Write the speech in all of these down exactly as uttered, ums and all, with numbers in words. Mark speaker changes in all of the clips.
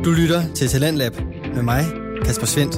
Speaker 1: Du lytter til Talentlab med mig, Kasper Svendt.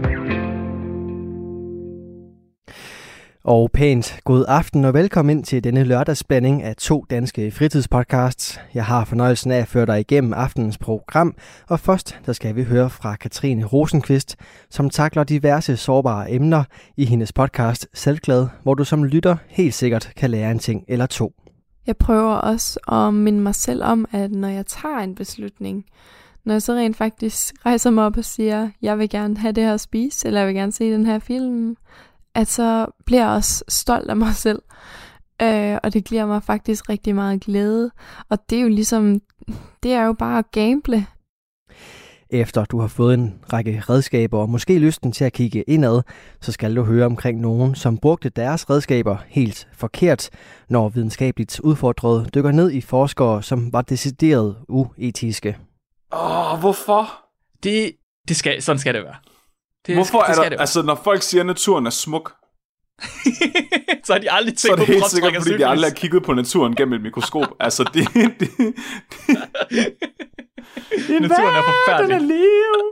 Speaker 2: Og pænt god aften og velkommen ind til denne lørdagsblanding af to danske fritidspodcasts. Jeg har fornøjelsen af at føre dig igennem aftenens program, og først der skal vi høre fra Katrine Rosenqvist, som takler diverse sårbare emner i hendes podcast Selvglad, hvor du som lytter helt sikkert kan lære en ting eller to.
Speaker 3: Jeg prøver også at minde mig selv om, at når jeg tager en beslutning, når jeg så rent faktisk rejser mig op og siger, jeg vil gerne have det her at spise, eller jeg vil gerne se den her film, at så bliver jeg også stolt af mig selv. Øh, og det giver mig faktisk rigtig meget glæde. Og det er jo ligesom, det er jo bare at gamble.
Speaker 2: Efter du har fået en række redskaber og måske lysten til at kigge indad, så skal du høre omkring nogen, som brugte deres redskaber helt forkert, når videnskabeligt udfordrede dykker ned i forskere, som var decideret uetiske.
Speaker 4: Åh, oh, hvorfor?
Speaker 5: Det, det skal, sådan skal det være. Det,
Speaker 4: hvorfor
Speaker 5: det
Speaker 4: er
Speaker 5: skal
Speaker 4: der,
Speaker 5: det
Speaker 4: altså når folk siger, at naturen er smuk,
Speaker 5: så har de aldrig tænkt
Speaker 4: så er det
Speaker 5: på
Speaker 4: helt sikkert, fordi
Speaker 5: syfilis.
Speaker 4: de aldrig har kigget på naturen gennem et mikroskop. Altså det... det, det
Speaker 5: naturen er forfærdelig.
Speaker 4: Den er liv.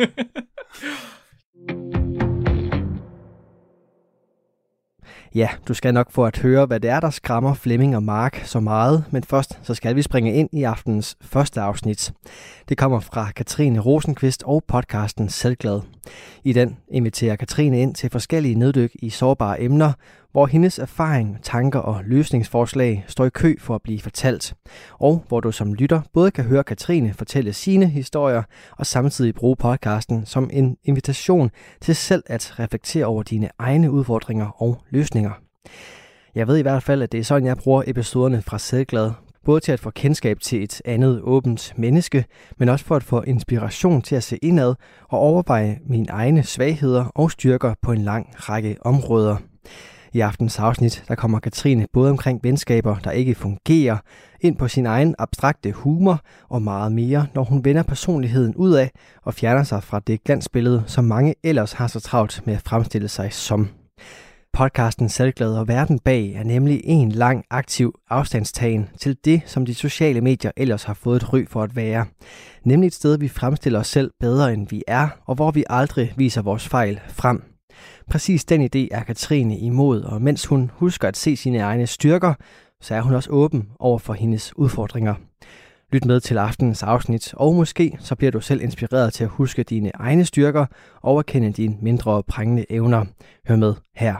Speaker 2: Ja, du skal nok få at høre, hvad det er, der skræmmer Flemming og Mark så meget, men først så skal vi springe ind i aftenens første afsnit. Det kommer fra Katrine Rosenqvist og podcasten Selvglad. I den inviterer Katrine ind til forskellige neddyk i sårbare emner, hvor hendes erfaring, tanker og løsningsforslag står i kø for at blive fortalt. Og hvor du som lytter både kan høre Katrine fortælle sine historier, og samtidig bruge podcasten som en invitation til selv at reflektere over dine egne udfordringer og løsninger. Jeg ved i hvert fald, at det er sådan, jeg bruger episoderne fra Selvglad. Både til at få kendskab til et andet åbent menneske, men også for at få inspiration til at se indad og overveje mine egne svagheder og styrker på en lang række områder. I aftens afsnit, der kommer Katrine både omkring venskaber, der ikke fungerer, ind på sin egen abstrakte humor og meget mere, når hun vender personligheden ud af og fjerner sig fra det glansbillede, som mange ellers har så travlt med at fremstille sig som. Podcasten Selvglad og verden bag er nemlig en lang aktiv afstandstagen til det, som de sociale medier ellers har fået et ry for at være. Nemlig et sted, vi fremstiller os selv bedre end vi er, og hvor vi aldrig viser vores fejl frem. Præcis den idé er Katrine imod, og mens hun husker at se sine egne styrker, så er hun også åben over for hendes udfordringer. Lyt med til aftenens afsnit, og måske så bliver du selv inspireret til at huske dine egne styrker og erkende dine mindre prangende evner. Hør med her.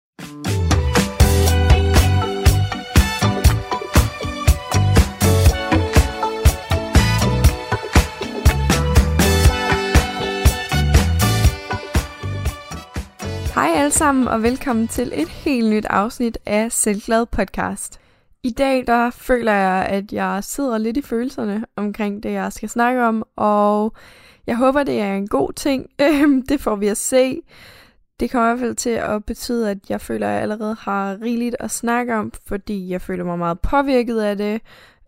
Speaker 3: Hej alle sammen, og velkommen til et helt nyt afsnit af Selvglad podcast. I dag der føler jeg, at jeg sidder lidt i følelserne omkring det, jeg skal snakke om, og jeg håber, det er en god ting. Det får vi at se. Det kommer i hvert fald til at betyde, at jeg føler, at jeg allerede har rigeligt at snakke om, fordi jeg føler mig meget påvirket af det,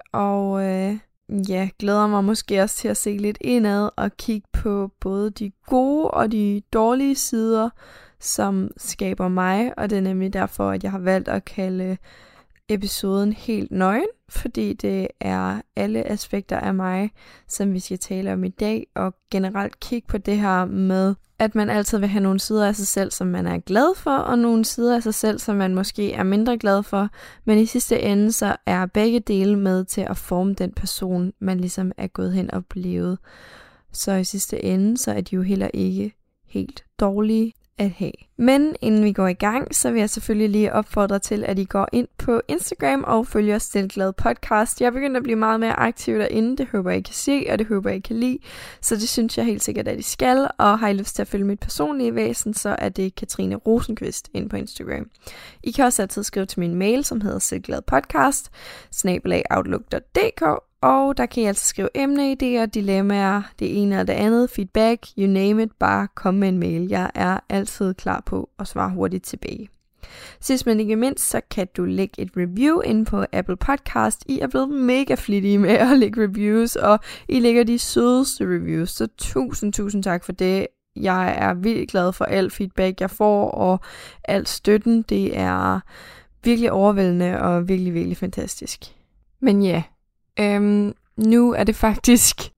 Speaker 3: og øh, ja, glæder mig måske også til at se lidt indad og kigge på både de gode og de dårlige sider, som skaber mig, og det er nemlig derfor, at jeg har valgt at kalde episoden helt nøgen, fordi det er alle aspekter af mig, som vi skal tale om i dag, og generelt kigge på det her med, at man altid vil have nogle sider af sig selv, som man er glad for, og nogle sider af sig selv, som man måske er mindre glad for, men i sidste ende, så er begge dele med til at forme den person, man ligesom er gået hen og blevet. Så i sidste ende, så er de jo heller ikke helt dårlige at have. Men inden vi går i gang, så vil jeg selvfølgelig lige opfordre til, at I går ind på Instagram og følger Selvglad podcast. Jeg er begyndt at blive meget mere aktiv derinde, det håber jeg, I kan se, og det håber jeg, I kan lide. Så det synes jeg helt sikkert, at I skal, og har I lyst til at følge mit personlige væsen, så er det Katrine Rosenqvist inde på Instagram. I kan også altid skrive til min mail, som hedder selvgladpodcast snabel-a outlook punktum d k, og der kan I altså skrive emneidéer, dilemmaer, det ene og det andet, feedback, you name it, bare kom med en mail. Jeg er altid klar på at svare hurtigt tilbage. Sidst men ikke mindst, så kan du lægge et review inde på Apple Podcast. I er blevet mega flittige med at lægge reviews, og I lægger de sødeste reviews, så tusind, tusind tak for det. Jeg er virkelig glad for al feedback, jeg får, og al støtten. Det er virkelig overvældende og virkelig, virkelig fantastisk. Men ja, øhm, nu er det faktisk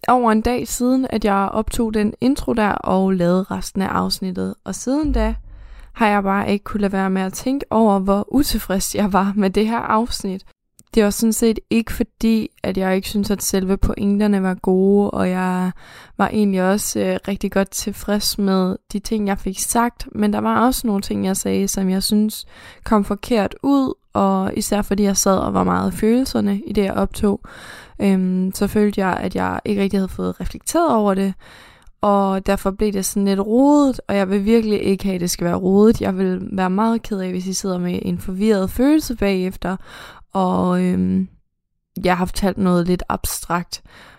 Speaker 3: over en dag siden, at jeg optog den intro der og lavede resten af afsnittet. Og siden da har jeg bare ikke kunne lade være med at tænke over, hvor utilfreds jeg var med det her afsnit. Det var sådan set ikke fordi, at jeg ikke synes, at selve pointerne var gode, og jeg var egentlig også øh, rigtig godt tilfreds med de ting, jeg fik sagt. Men der var også nogle ting, jeg sagde, som jeg synes kom forkert ud, og især fordi jeg sad og var meget følelserne i det, jeg optog. Øhm, så følte jeg, at jeg ikke rigtig havde fået reflekteret over det, og derfor blev det sådan lidt rodet, og jeg vil virkelig ikke have, at det skal være rodet. Jeg vil være meget ked af, hvis I sidder med en forvirret følelse bagefter, og øhm, jeg har fortalt noget lidt abstrakt.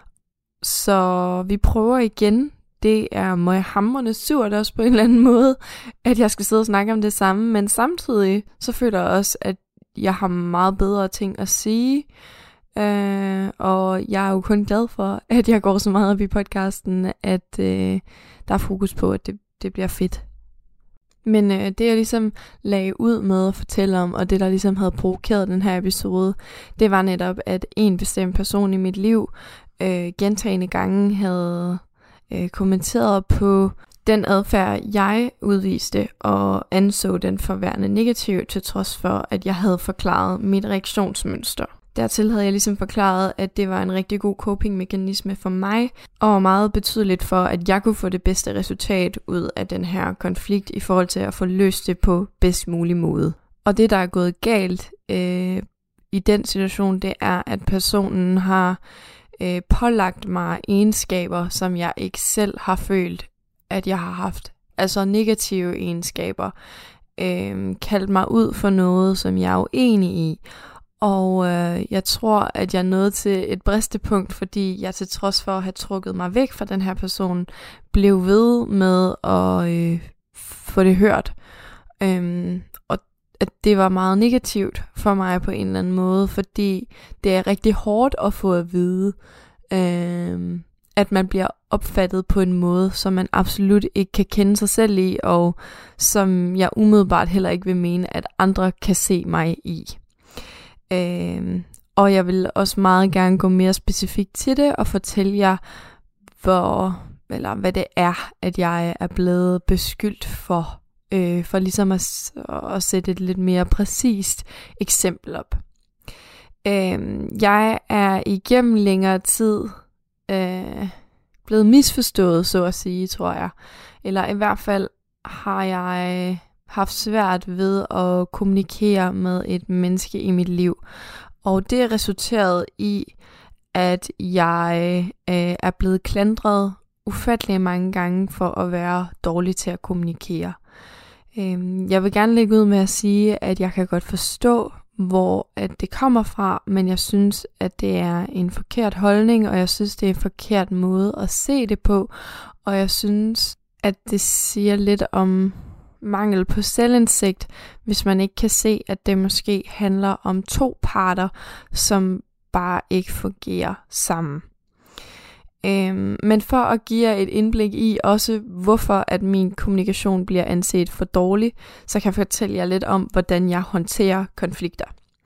Speaker 3: Så vi prøver igen. Det er møghamrende surt også på en eller anden måde, at jeg skal sidde og snakke om det samme, men samtidig så føler jeg også, at jeg har meget bedre ting at sige. Uh, og jeg er jo kun glad for, at jeg går så meget op i podcasten, at uh, der er fokus på, at det, det bliver fedt. Men uh, det jeg ligesom lagde ud med at fortælle om, og det der ligesom havde provokeret den her episode, det var netop, at en bestemt person i mit liv uh, gentagne gange havde uh, kommenteret på den adfærd, jeg udviste, og anså den for værende negativ, til trods for, at jeg havde forklaret mit reaktionsmønster. Dertil havde jeg ligesom forklaret, at det var en rigtig god coping-mekanisme for mig, og meget betydeligt for, at jeg kunne få det bedste resultat ud af den her konflikt, i forhold til at få løst det på bedst mulig måde. Og det, der er gået galt øh, i den situation, det er, at personen har øh, pålagt mig egenskaber, som jeg ikke selv har følt, at jeg har haft. Altså negative egenskaber. Øh, kaldt mig ud for noget, som jeg er uenig i. Og øh, jeg tror, at jeg nåede til et bristepunkt, fordi jeg til trods for at have trukket mig væk fra den her person, blev ved med at øh, få det hørt. Øhm, og at det var meget negativt for mig på en eller anden måde, fordi det er rigtig hårdt at få at vide, øh, at man bliver opfattet på en måde, som man absolut ikke kan kende sig selv i, og som jeg umiddelbart heller ikke vil mene, at andre kan se mig i. Øh, og jeg vil også meget gerne gå mere specifikt til det og fortælle jer, hvor, eller hvad det er, at jeg er blevet beskyldt for, øh, for ligesom at, at sætte et lidt mere præcist eksempel op. Øh, jeg er igennem længere tid øh, blevet misforstået, så at sige, tror jeg. Eller i hvert fald har jeg haft svært ved at kommunikere med et menneske i mit liv. Og det er resulteret i, at jeg øh, er blevet klandret ufattelig mange gange for at være dårlig til at kommunikere. Øh, jeg vil gerne lægge ud med at sige, at jeg kan godt forstå, hvor at det kommer fra, men jeg synes, at det er en forkert holdning, og jeg synes, det er en forkert måde at se det på, og jeg synes, at det siger lidt om mangel på selvindsigt, hvis man ikke kan se, at det måske handler om to parter, som bare ikke fungerer sammen. Øhm, men for at give jer et indblik i også, hvorfor at min kommunikation bliver anset for dårlig, så kan jeg fortælle jer lidt om, hvordan jeg håndterer konflikter.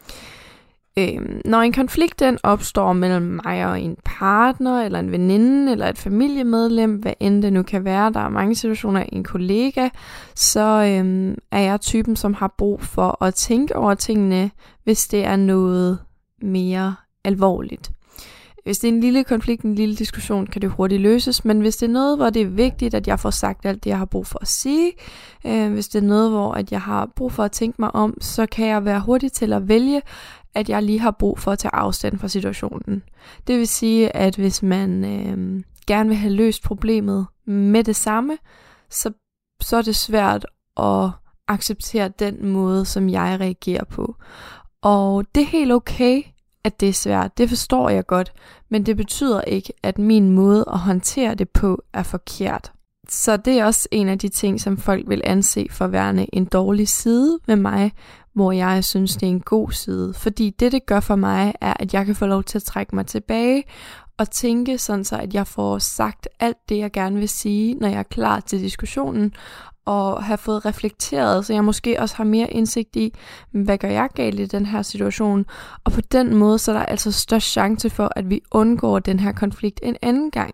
Speaker 3: Øhm, når en konflikt den opstår mellem mig og en partner, eller en veninde, eller et familiemedlem, hvad end det nu kan være, der er mange situationer, en kollega, så øhm, er jeg typen, som har brug for at tænke over tingene, hvis det er noget mere alvorligt. Hvis det er en lille konflikt, en lille diskussion, kan det hurtigt løses, men hvis det er noget, hvor det er vigtigt, at jeg får sagt alt det, jeg har brug for at sige, øh, hvis det er noget, hvor at jeg har brug for at tænke mig om, så kan jeg være hurtig til at vælge, at jeg lige har brug for at tage afstand fra situationen. Det vil sige, at hvis man øh, gerne vil have løst problemet med det samme, så, så er det svært at acceptere den måde, som jeg reagerer på. Og det er helt okay, at det er svært. Det forstår jeg godt, men det betyder ikke, at min måde at håndtere det på er forkert. Så det er også en af de ting, som folk vil anse for værende en dårlig side ved mig, hvor jeg synes, det er en god side. Fordi det, det gør for mig, er, at jeg kan få lov til at trække mig tilbage og tænke sådan så, at jeg får sagt alt det, jeg gerne vil sige, når jeg er klar til diskussionen, og have fået reflekteret, så jeg måske også har mere indsigt i, hvad gør jeg galt i den her situation. Og på den måde, så er der altså størst chance for, at vi undgår den her konflikt en anden gang.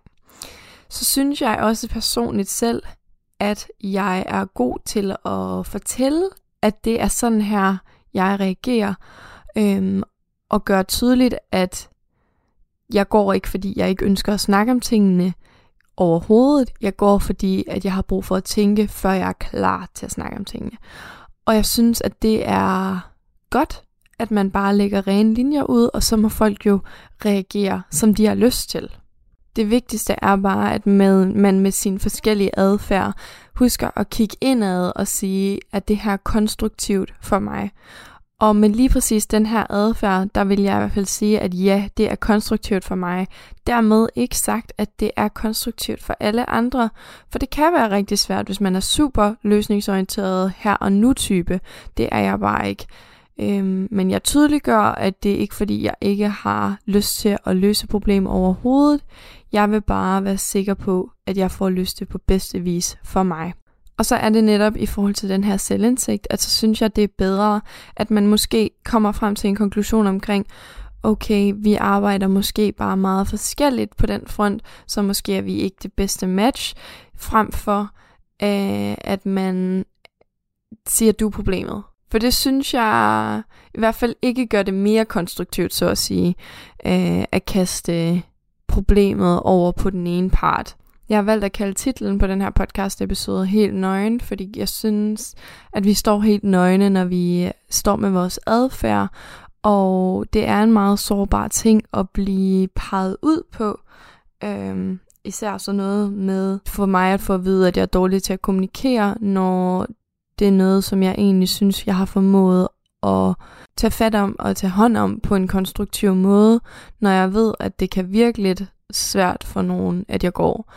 Speaker 3: Så synes jeg også personligt selv, at jeg er god til at fortælle, at det er sådan her, jeg reagerer, øhm, og gøre tydeligt, at jeg går ikke, fordi jeg ikke ønsker at snakke om tingene overhovedet. Jeg går, fordi at jeg har brug for at tænke, før jeg er klar til at snakke om tingene. Og jeg synes, at det er godt, at man bare lægger rene linjer ud, og så må folk jo reagere, som de har lyst til. Det vigtigste er bare, at man med sin forskellige adfærd husker at kigge indad og sige, at det her er konstruktivt for mig. Og med lige præcis den her adfærd, der vil jeg i hvert fald sige, at ja, det er konstruktivt for mig. Dermed ikke sagt, at det er konstruktivt for alle andre. For det kan være rigtig svært, hvis man er super løsningsorienteret her og nu type. Det er jeg bare ikke. Øhm, men jeg tydeliggør, at det er ikke fordi, jeg ikke har lyst til at løse problemer overhovedet. Jeg vil bare være sikker på, at jeg får løst det på bedste vis for mig. Og så er det netop i forhold til den her selvindsigt, at så synes jeg, det er bedre, at man måske kommer frem til en konklusion omkring, okay, vi arbejder måske bare meget forskelligt på den front, så måske er vi ikke det bedste match, frem for øh, at man siger, du er problemet. For det synes jeg i hvert fald ikke gør det mere konstruktivt, så at sige, øh, at kaste problemet over på den ene part. Jeg har valgt at kalde titlen på den her podcast episode Helt Nøgen, fordi jeg synes, at vi står helt nøgne, når vi står med vores adfærd, og det er en meget sårbar ting at blive peget ud på. Øhm, især sådan noget med for mig at få at vide, at jeg er dårlig til at kommunikere, når det er noget, som jeg egentlig synes, jeg har formået at tage fat om og tage hånd om på en konstruktiv måde, når jeg ved, at det kan virke lidt svært for nogen, at jeg går.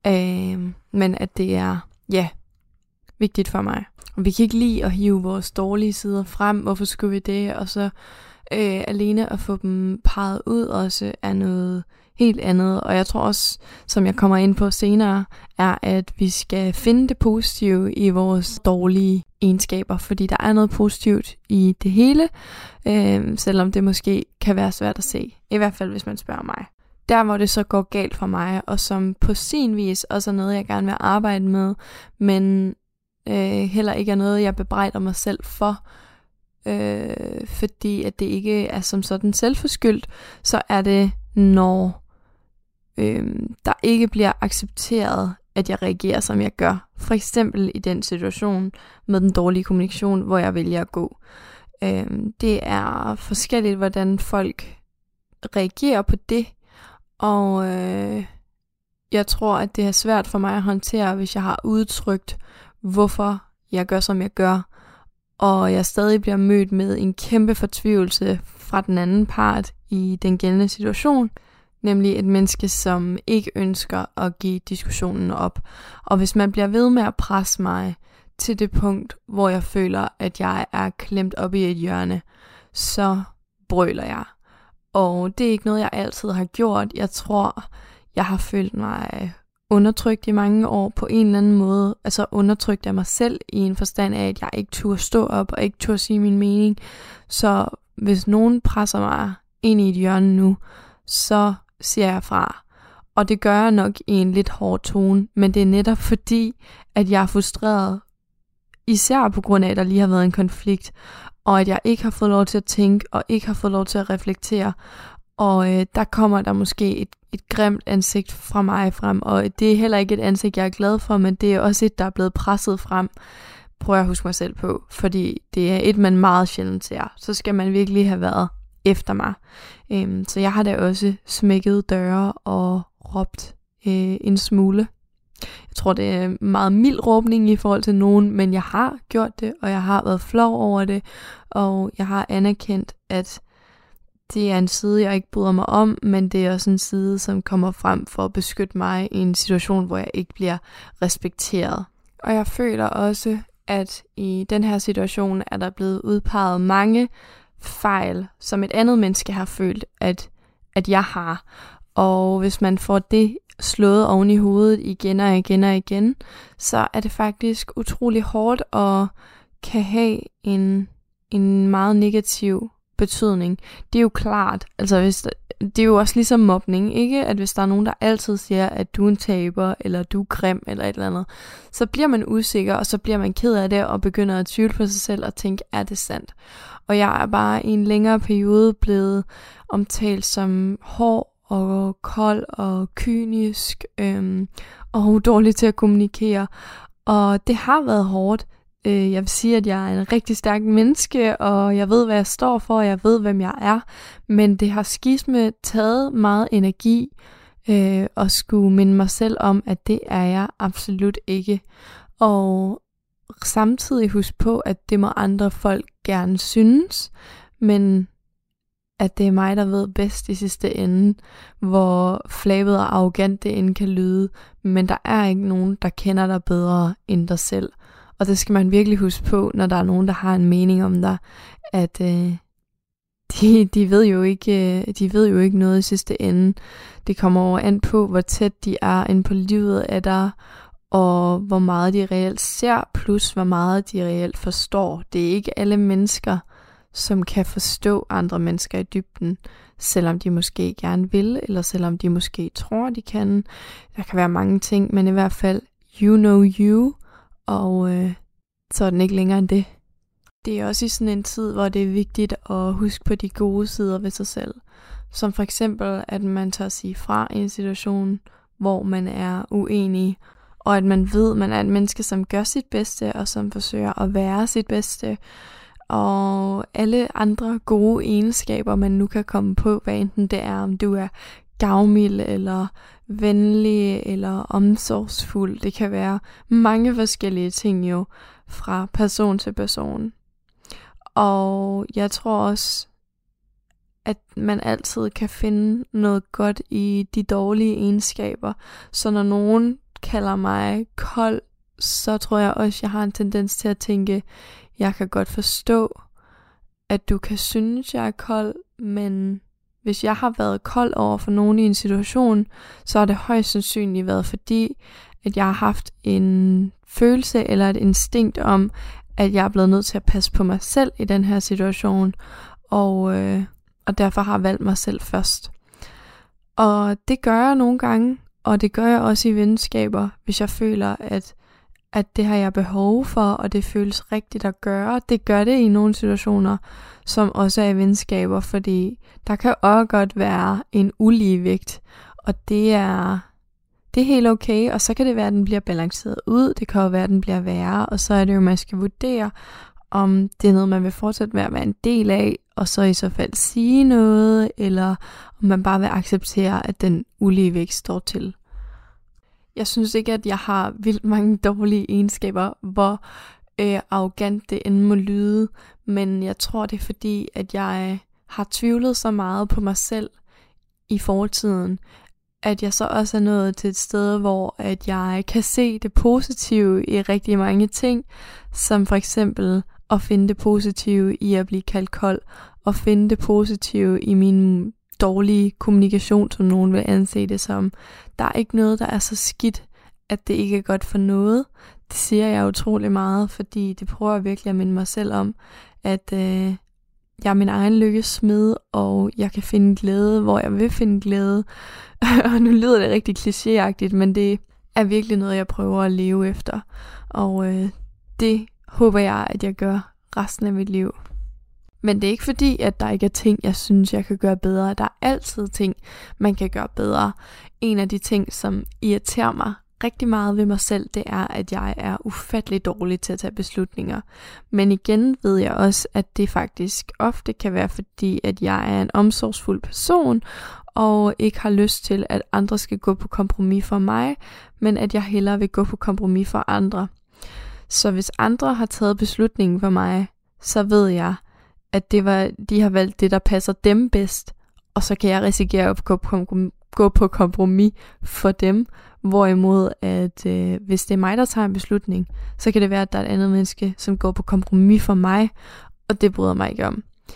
Speaker 3: Øh, men at det er, ja, vigtigt for mig. Og vi kan ikke lide at hive vores dårlige sider frem. Hvorfor skulle vi det? Og så øh, alene at få dem peget ud også er noget helt andet. Og jeg tror også, som jeg kommer ind på senere, er, at vi skal finde det positive i vores dårlige egenskaber. Fordi der er noget positivt i det hele, øh, selvom det måske kan være svært at se. I hvert fald, hvis man spørger mig. Der, hvor det så går galt for mig, og som på sin vis også er noget, jeg gerne vil arbejde med, men øh, heller ikke er noget, jeg bebrejder mig selv for, øh, fordi at det ikke er som sådan selvforskyldt, så er det, når øh, der ikke bliver accepteret, at jeg reagerer, som jeg gør. For eksempel i den situation med den dårlige kommunikation, hvor jeg vælger at gå. Øh, det er forskelligt, hvordan folk reagerer på det, og øh, jeg tror, at det er svært for mig at håndtere, hvis jeg har udtrykt, hvorfor jeg gør, som jeg gør, og jeg stadig bliver mødt med en kæmpe fortvivlelse fra den anden part i den gældende situation, nemlig et menneske, som ikke ønsker at give diskussionen op. Og hvis man bliver ved med at presse mig til det punkt, hvor jeg føler, at jeg er klemt op i et hjørne, så brøler jeg. Og det er ikke noget, jeg altid har gjort. Jeg tror, jeg har følt mig undertrykt i mange år på en eller anden måde. Altså undertrykt af mig selv i en forstand af, at jeg ikke turde stå op og ikke turde sige min mening. Så hvis nogen presser mig ind i et hjørne nu, så siger jeg fra. Og det gør jeg nok i en lidt hård tone, men det er netop fordi, at jeg er frustreret. Især på grund af, at der lige har været en konflikt, og at jeg ikke har fået lov til at tænke, og ikke har fået lov til at reflektere. Og øh, der kommer der måske et, et grimt ansigt fra mig frem, og det er heller ikke et ansigt, jeg er glad for, men det er også et, der er blevet presset frem. Prøver jeg at huske mig selv på, fordi det er et, man meget sjældent ser. Så skal man virkelig have været efter mig. Øhm, så jeg har da også smækket døre og råbt øh, en smule. Jeg tror, det er meget mild råbning i forhold til nogen, men jeg har gjort det, og jeg har været flov over det, og jeg har anerkendt, at det er en side, jeg ikke bryder mig om, men det er også en side, som kommer frem for at beskytte mig i en situation, hvor jeg ikke bliver respekteret. Og jeg føler også, at i den her situation er der blevet udpeget mange fejl, som et andet menneske har følt, at, at jeg har. Og hvis man får det slået oven i hovedet igen og igen og igen, så er det faktisk utrolig hårdt og kan have en, en meget negativ betydning. Det er jo klart, altså hvis der, det er jo også ligesom mobning, ikke? At hvis der er nogen, der altid siger, at du er en taber, eller du er grim, eller et eller andet, så bliver man usikker, og så bliver man ked af det, og begynder at tvivle på sig selv, og tænke, er det sandt? Og jeg er bare i en længere periode blevet omtalt som hård, og kold, og kynisk, øhm, og dårlig til at kommunikere, og det har været hårdt. Jeg vil sige, at jeg er en rigtig stærk menneske, og jeg ved, hvad jeg står for, og jeg ved, hvem jeg er. Men det har skisme taget meget energi, øh, og skulle minde mig selv om, at det er jeg absolut ikke. Og samtidig huske på, at det må andre folk gerne synes, men at det er mig, der ved bedst i sidste ende, hvor flabet og arrogant det end kan lyde. Men der er ikke nogen, der kender dig bedre end dig selv. Og det skal man virkelig huske på, når der er nogen, der har en mening om dig, at øh, de, de, ved jo ikke, de ved jo ikke noget i sidste ende. Det kommer over an på, hvor tæt de er inde på livet af dig, og hvor meget de reelt ser, plus hvor meget de reelt forstår. Det er ikke alle mennesker, som kan forstå andre mennesker i dybden, selvom de måske gerne vil, eller selvom de måske tror, de kan. Der kan være mange ting, men i hvert fald, you know you, og øh, så er den ikke længere end det. Det er også i sådan en tid, hvor det er vigtigt at huske på de gode sider ved sig selv. Som for eksempel, at man tør sige fra i en situation, hvor man er uenig, og at man ved, at man er et menneske, som gør sit bedste, og som forsøger at være sit bedste. Og alle andre gode egenskaber, man nu kan komme på, hvad enten det er, om du er gavmild, eller venlig, eller omsorgsfuld. Det kan være mange forskellige ting jo, fra person til person. Og jeg tror også, at man altid kan finde noget godt i de dårlige egenskaber. Så når nogen kalder mig kold, så tror jeg også, at jeg har en tendens til at tænke, jeg kan godt forstå, at du kan synes, jeg er kold, men hvis jeg har været kold over for nogen i en situation, så har det højst sandsynligt været fordi, at jeg har haft en følelse eller et instinkt om, at jeg er blevet nødt til at passe på mig selv i den her situation, og, øh, og derfor har jeg valgt mig selv først. Og det gør jeg nogle gange, og det gør jeg også i venskaber, hvis jeg føler, at, at det har jeg behov for, og det føles rigtigt at gøre. Det gør det i nogle situationer, som også er i venskaber, fordi der kan også godt være en ulige vægt, og det er, det er helt okay, og så kan det være, at den bliver balanceret ud, det kan jo være, at den bliver værre, og så er det jo, man skal vurdere, om det er noget, man vil fortsætte med at være en del af, og så i så fald sige noget, eller om man bare vil acceptere, at den ulige vægt står til. Jeg synes ikke, at jeg har vildt mange dårlige egenskaber, hvor øh, arrogant det end må lyde, men jeg tror, det er fordi, at jeg har tvivlet så meget på mig selv i fortiden, at jeg så også er nået til et sted, hvor at jeg kan se det positive i rigtig mange ting, som for eksempel at finde det positive i at blive kaldt kold, og finde det positive i min dårlige kommunikation, som nogen vil anse det som. Der er ikke noget, der er så skidt, at det ikke er godt for noget. Det siger jeg utrolig meget, fordi det prøver jeg virkelig at minde mig selv om, at øh, jeg er min egen lykkes smed, og jeg kan finde glæde, hvor jeg vil finde glæde. Og nu lyder det rigtig klichéagtigt, men det er virkelig noget, jeg prøver at leve efter. Og øh, det håber jeg, at jeg gør resten af mit liv. Men det er ikke fordi, at der ikke er ting, jeg synes, jeg kan gøre bedre. Der er altid ting, man kan gøre bedre. En af de ting, som irriterer mig rigtig meget ved mig selv, det er, at jeg er ufattelig dårlig til at tage beslutninger. Men igen ved jeg også, at det faktisk ofte kan være fordi, at jeg er en omsorgsfuld person, og ikke har lyst til, at andre skal gå på kompromis for mig, men at jeg hellere vil gå på kompromis for andre. Så hvis andre har taget beslutningen for mig, så ved jeg, at det var, de har valgt det, der passer dem bedst, og så kan jeg risikere at gå på kompromis, gå på kompromis for dem, hvorimod at øh, hvis det er mig, der tager en beslutning, så kan det være, at der er et andet menneske, som går på kompromis for mig, og det bryder mig ikke om.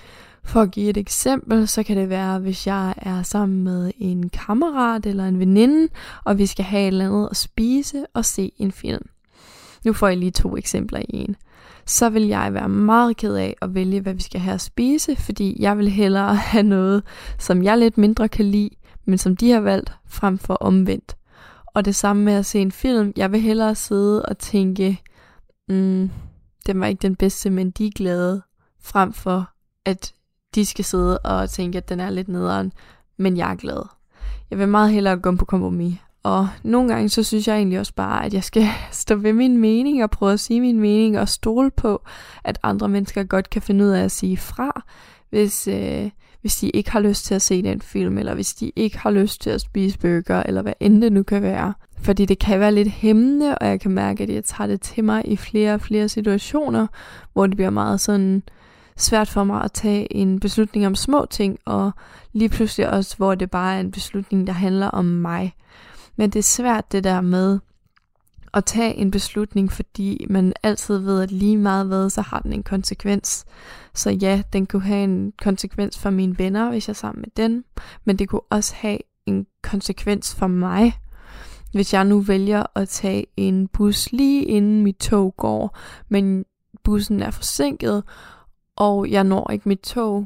Speaker 3: For at give et eksempel, så kan det være, hvis jeg er sammen med en kammerat eller en veninde, og vi skal have et eller andet at spise og se en film. Nu får jeg lige to eksempler i en. Så vil jeg være meget ked af at vælge, hvad vi skal have at spise, fordi jeg vil hellere have noget, som jeg lidt mindre kan lide, men som de har valgt, frem for omvendt. Og det samme med at se en film. Jeg vil hellere sidde og tænke, mm, den var ikke den bedste, men de er glade, frem for at de skal sidde og tænke, at den er lidt nederen, men jeg er glad. Jeg vil meget hellere gå på kompromis. Og nogle gange så synes jeg egentlig også bare, at jeg skal stå ved min mening og prøve at sige min mening og stole på, at andre mennesker godt kan finde ud af at sige fra, hvis, øh, hvis de ikke har lyst til at se den film, eller hvis de ikke har lyst til at spise burger, eller hvad end det nu kan være. Fordi det kan være lidt hæmmende, og jeg kan mærke, at jeg tager det til mig i flere og flere situationer, hvor det bliver meget sådan svært for mig at tage en beslutning om små ting, og lige pludselig også, hvor det bare er en beslutning, der handler om mig. Men det er svært det der med at tage en beslutning, fordi man altid ved, at lige meget hvad, så har den en konsekvens. Så ja, den kunne have en konsekvens for mine venner, hvis jeg er sammen med den, men det kunne også have en konsekvens for mig, hvis jeg nu vælger at tage en bus lige inden mit tog går, men bussen er forsinket, og jeg når ikke mit tog.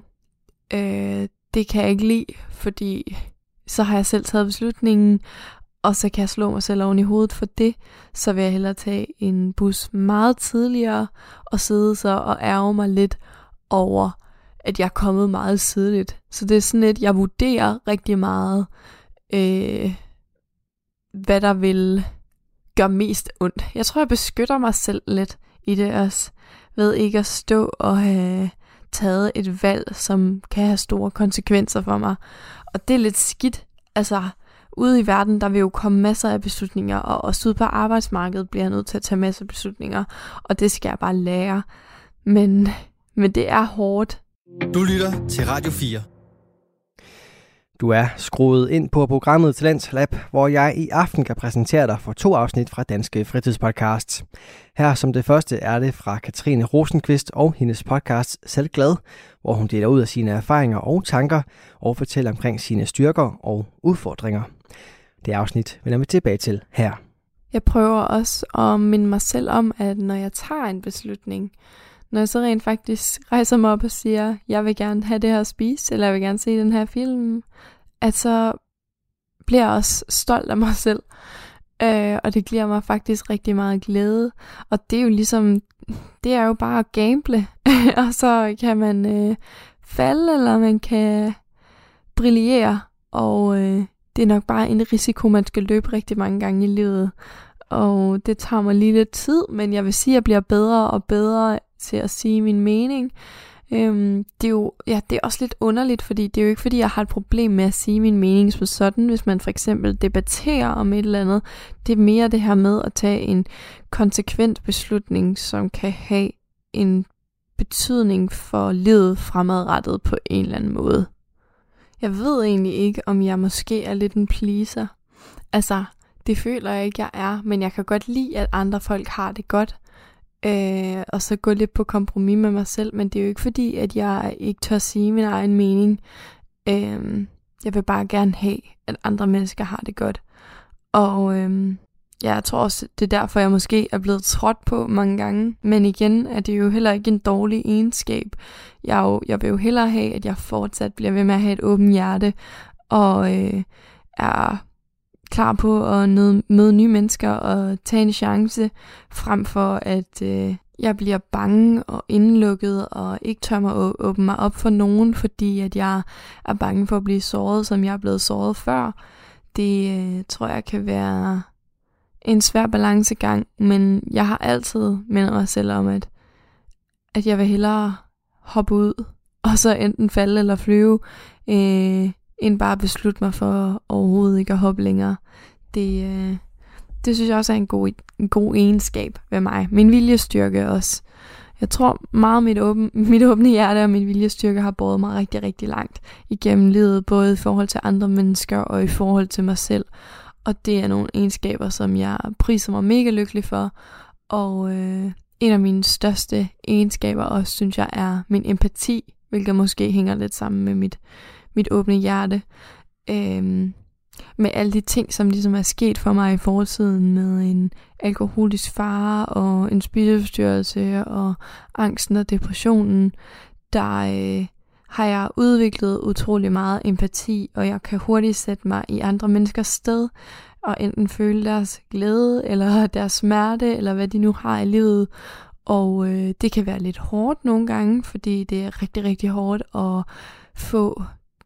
Speaker 3: Øh, det kan jeg ikke lide, fordi så har jeg selv taget beslutningen, og så kan jeg slå mig selv oven i hovedet for det. Så vil jeg hellere tage en bus meget tidligere, og sidde så og ærge mig lidt over, at jeg er kommet meget tidligt. Så det er sådan lidt, jeg vurderer rigtig meget, øh, hvad der vil gøre mest ondt. Jeg tror, jeg beskytter mig selv lidt i det også, ved ikke at stå og have taget et valg, som kan have store konsekvenser for mig. Og det er lidt skidt. Altså, ude i verden, der vil jo komme masser af beslutninger, og også ude på arbejdsmarkedet bliver jeg nødt til at tage masser af beslutninger, og det skal jeg bare lære. Men, men det er hårdt.
Speaker 1: Du lytter til Radio fire.
Speaker 2: Du er skruet ind på programmet Talents Lab, hvor jeg i aften kan præsentere dig for to afsnit fra Danske Fritidspodcasts. Her som det første er det fra Katrine Rosenqvist og hendes podcast Selvglad, hvor hun deler ud af sine erfaringer og tanker og fortæller omkring sine styrker og udfordringer. Det afsnit vender vi tilbage til her.
Speaker 3: Jeg prøver også at minde mig selv om, at når jeg tager en beslutning, når jeg så rent faktisk rejser mig op og siger, jeg vil gerne have det her at spise, eller jeg vil gerne se den her film, at så bliver jeg også stolt af mig selv. Øh, og det giver mig faktisk rigtig meget glæde. Og det er jo ligesom, det er jo bare at gamble. Og så kan man øh, falde, eller man kan brillere. Og øh, det er nok bare en risiko, man skal løbe rigtig mange gange i livet. Og det tager mig lige lidt tid, men jeg vil sige, at jeg bliver bedre og bedre til at sige min mening. Øhm, det er jo, ja, det er også lidt underligt, fordi det er jo ikke fordi, jeg har et problem med at sige min mening som sådan, hvis man for eksempel debatterer om et eller andet. Det er mere det her med at tage en konsekvent beslutning, som kan have en betydning for livet fremadrettet på en eller anden måde. Jeg ved egentlig ikke, om jeg måske er lidt en pleaser. Altså, det føler jeg ikke, jeg er, men jeg kan godt lide, at andre folk har det godt. Øh, og så gå lidt på kompromis med mig selv, men det er jo ikke fordi, at jeg ikke tør sige min egen mening. Øh, jeg vil bare gerne have, at andre mennesker har det godt. Og øh, ja, jeg tror også, det er derfor, jeg måske er blevet trådt på mange gange. Men igen er det jo heller ikke en dårlig egenskab. Jeg, jo, jeg vil jo hellere have, at jeg fortsat bliver ved med at have et åbent hjerte, og øh, er klar på at møde nye mennesker og tage en chance, frem for at øh, jeg bliver bange og indelukket og ikke tør mig at åbne mig op for nogen, fordi at jeg er bange for at blive såret, som jeg er blevet såret før. Det øh, tror jeg kan være en svær balancegang, men jeg har altid mindet mig selv om, at, at jeg vil hellere hoppe ud, og så enten falde eller flyve, øh, end bare beslutte mig for overhovedet ikke at hoppe længere. Det, øh, det synes jeg også er en god, en god egenskab ved mig. Min viljestyrke også. Jeg tror meget, mit, åben, mit åbne hjerte og min viljestyrke har båret mig rigtig, rigtig langt igennem livet, både i forhold til andre mennesker og i forhold til mig selv. Og det er nogle egenskaber, som jeg priser mig mega lykkelig for. Og øh, en af mine største egenskaber også, synes jeg, er min empati. hvilket måske hænger lidt sammen med mit, mit åbne hjerte. Øhm, med alle de ting, som ligesom er sket for mig i fortiden, med en alkoholisk far og en spiseforstyrrelse og angsten og depressionen, der øh, har jeg udviklet utrolig meget empati, og jeg kan hurtigt sætte mig i andre menneskers sted, og enten føle deres glæde, eller deres smerte, eller hvad de nu har i livet. Og øh, det kan være lidt hårdt nogle gange, fordi det er rigtig, rigtig hårdt at få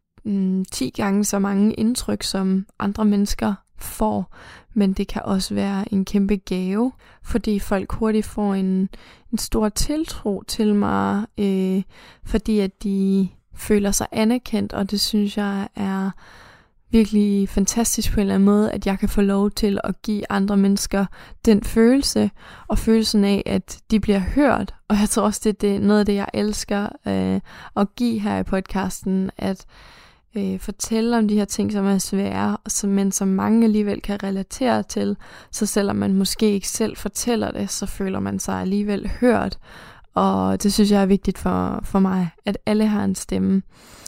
Speaker 3: mm, ti gange så mange indtryk, som andre mennesker får. Men det kan også være en kæmpe gave, fordi folk hurtigt får en, en stor tiltro til mig, øh, fordi at de føler sig anerkendt, og det synes jeg er virkelig fantastisk på en eller anden måde, at jeg kan få lov til at give andre mennesker den følelse, og følelsen af, at de bliver hørt. Og jeg tror også, det er det, noget af det, jeg elsker øh, at give her i podcasten, at øh, fortælle om de her ting, som er svære, som, men som mange alligevel kan relatere til. Så selvom man måske ikke selv fortæller det, så føler man sig alligevel hørt. Og det synes jeg er vigtigt for, for mig, at alle har en stemme.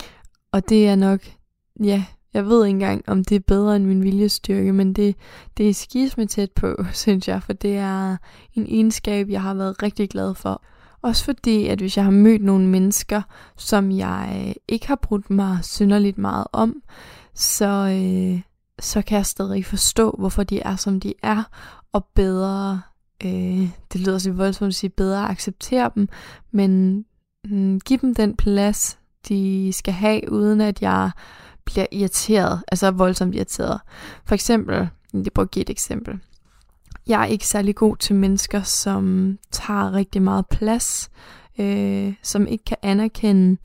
Speaker 3: Og det er nok, ja, jeg ved ikke engang, om det er bedre end min viljestyrke, men det, det er skisme tæt på, synes jeg, for det er en egenskab, jeg har været rigtig glad for. Også fordi, at hvis jeg har mødt nogle mennesker, som jeg ikke har brudt mig synderligt meget om, så, øh, så kan jeg stadig forstå, hvorfor de er, som de er, og bedre, øh, det lyder så voldsomt at sige, bedre acceptere dem, men øh, give dem den plads, de skal have, uden at jeg bliver irriteret, altså voldsomt irriteret. For eksempel, jeg prøver at give et eksempel. Jeg er ikke særlig god til mennesker, som tager rigtig meget plads, øh, som ikke kan anerkende,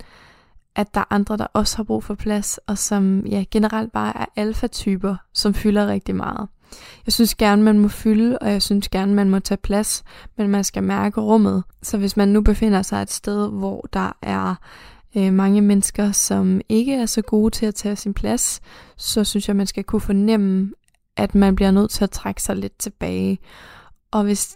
Speaker 3: at der er andre, der også har brug for plads, og som ja, generelt bare er alfa-typer, som fylder rigtig meget. Jeg synes gerne, man må fylde, og jeg synes gerne, man må tage plads, men man skal mærke rummet. Så hvis man nu befinder sig et sted, hvor der er øh, mange mennesker, som ikke er så gode til at tage sin plads, så synes jeg, man skal kunne fornemme, at man bliver nødt til at trække sig lidt tilbage. Og hvis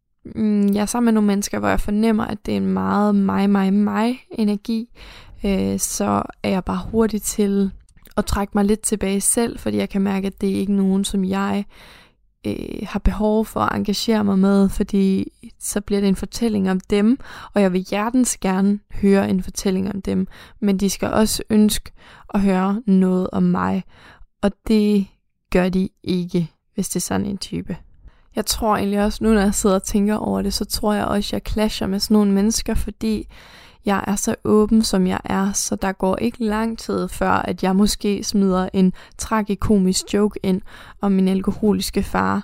Speaker 3: mm, jeg er sammen med nogle mennesker, hvor jeg fornemmer, at det er en meget mig, mig, mig energi, øh, så er jeg bare hurtig til at trække mig lidt tilbage selv, fordi jeg kan mærke, at det er ikke nogen, som jeg øh, har behov for at engagere mig med, fordi så bliver det en fortælling om dem, og jeg vil hjertens gerne høre en fortælling om dem, men de skal også ønske at høre noget om mig, og det gør de ikke, hvis det er sådan en type. Jeg tror egentlig også, nu når jeg sidder og tænker over det, så tror jeg også, at jeg clasher med sådan nogle mennesker, fordi jeg er så åben, som jeg er, så der går ikke lang tid før, at jeg måske smider en tragikomisk joke ind om min alkoholiske far.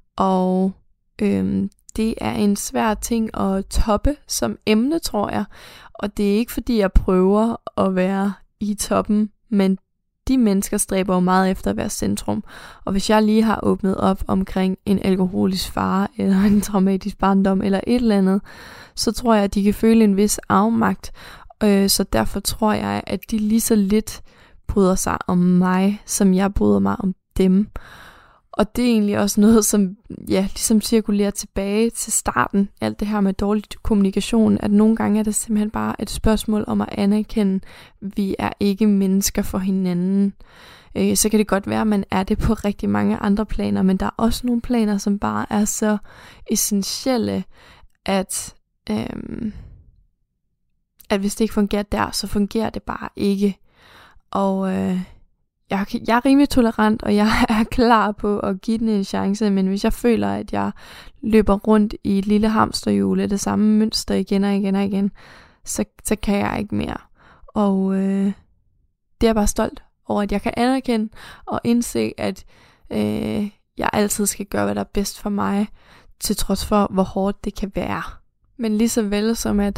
Speaker 3: Og øhm, det er en svær ting at toppe som emne, tror jeg. Og det er ikke, fordi jeg prøver at være i toppen, men de mennesker stræber jo meget efter at være centrum. Og hvis jeg lige har åbnet op omkring en alkoholisk far, eller en traumatisk barndom, eller et eller andet, så tror jeg, at de kan føle en vis afmagt. Øh, så derfor tror jeg, at de lige så lidt bryder sig om mig, som jeg bryder mig om dem. Og det er egentlig også noget, som ja, ligesom cirkulerer tilbage til starten. Alt det her med dårlig kommunikation, at nogle gange er det simpelthen bare et spørgsmål om at anerkende, at vi er ikke mennesker for hinanden. Øh, så kan det godt være, at man er det på rigtig mange andre planer, men der er også nogle planer, som bare er så essentielle, at, øhm, at hvis det ikke fungerer der, så fungerer det bare ikke. Og øh, Jeg, jeg er rimelig tolerant, og jeg er klar på at give den en chance, men hvis jeg føler, at jeg løber rundt i et lille hamsterhjul af det samme mønster igen og igen og igen, så, så kan jeg ikke mere. Og øh, det er jeg bare stolt over, at jeg kan anerkende og indse, at øh, jeg altid skal gøre, hvad der er bedst for mig, til trods for, hvor hårdt det kan være. Men lige så vel som at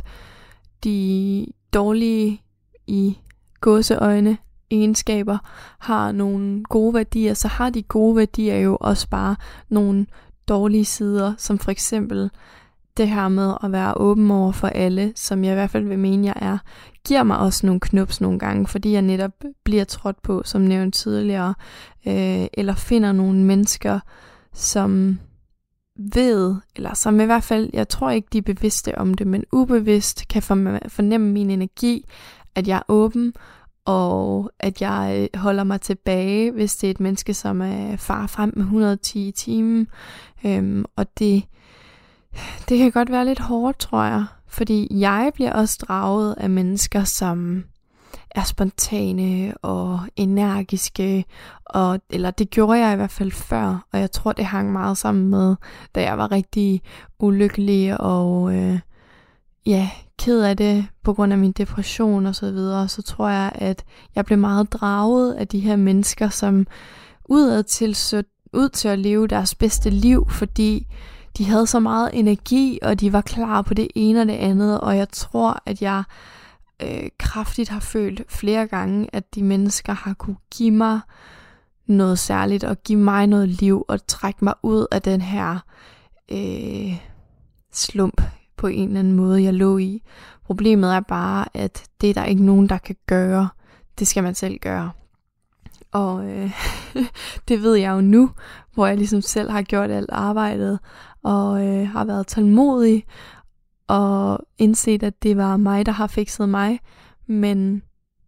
Speaker 3: de dårlige i gåseøjne egenskaber har nogle gode værdier, så har de gode værdier jo også bare nogle dårlige sider, som for eksempel det her med at være åben over for alle, som jeg i hvert fald vil mene, jeg er, giver mig også nogle knups nogle gange, fordi jeg netop bliver trådt på, som nævnt tidligere, øh, eller finder nogle mennesker, som ved, eller som i hvert fald, jeg tror ikke, de er bevidste om det, men ubevidst kan fornemme min energi, at jeg er åben, og at jeg holder mig tilbage, hvis det er et menneske, som er far frem med et hundrede og ti i timen. Øhm, og det, det kan godt være lidt hårdt, tror jeg. Fordi jeg bliver også draget af mennesker, som er spontane og energiske, og, eller det gjorde jeg i hvert fald før, og jeg tror, det hang meget sammen med, da jeg var rigtig ulykkelig og øh, ja, ked af det på grund af min depression og så videre. Så tror jeg, at jeg blev meget draget af de her mennesker, som udad til så ud til at leve deres bedste liv, fordi de havde så meget energi, og de var klar på det ene og det andet, og jeg tror, at jeg øh, kraftigt har følt flere gange, at de mennesker har kunne give mig noget særligt, og give mig noget liv, og trække mig ud af den her øh, slump på en eller anden måde, jeg lå i. Problemet er bare, at det er der ikke nogen, der kan gøre. Det skal man selv gøre. Og øh, det ved jeg jo nu, hvor jeg ligesom selv har gjort alt arbejdet, og øh, har været tålmodig, og indset, at det var mig, der har fikset mig, men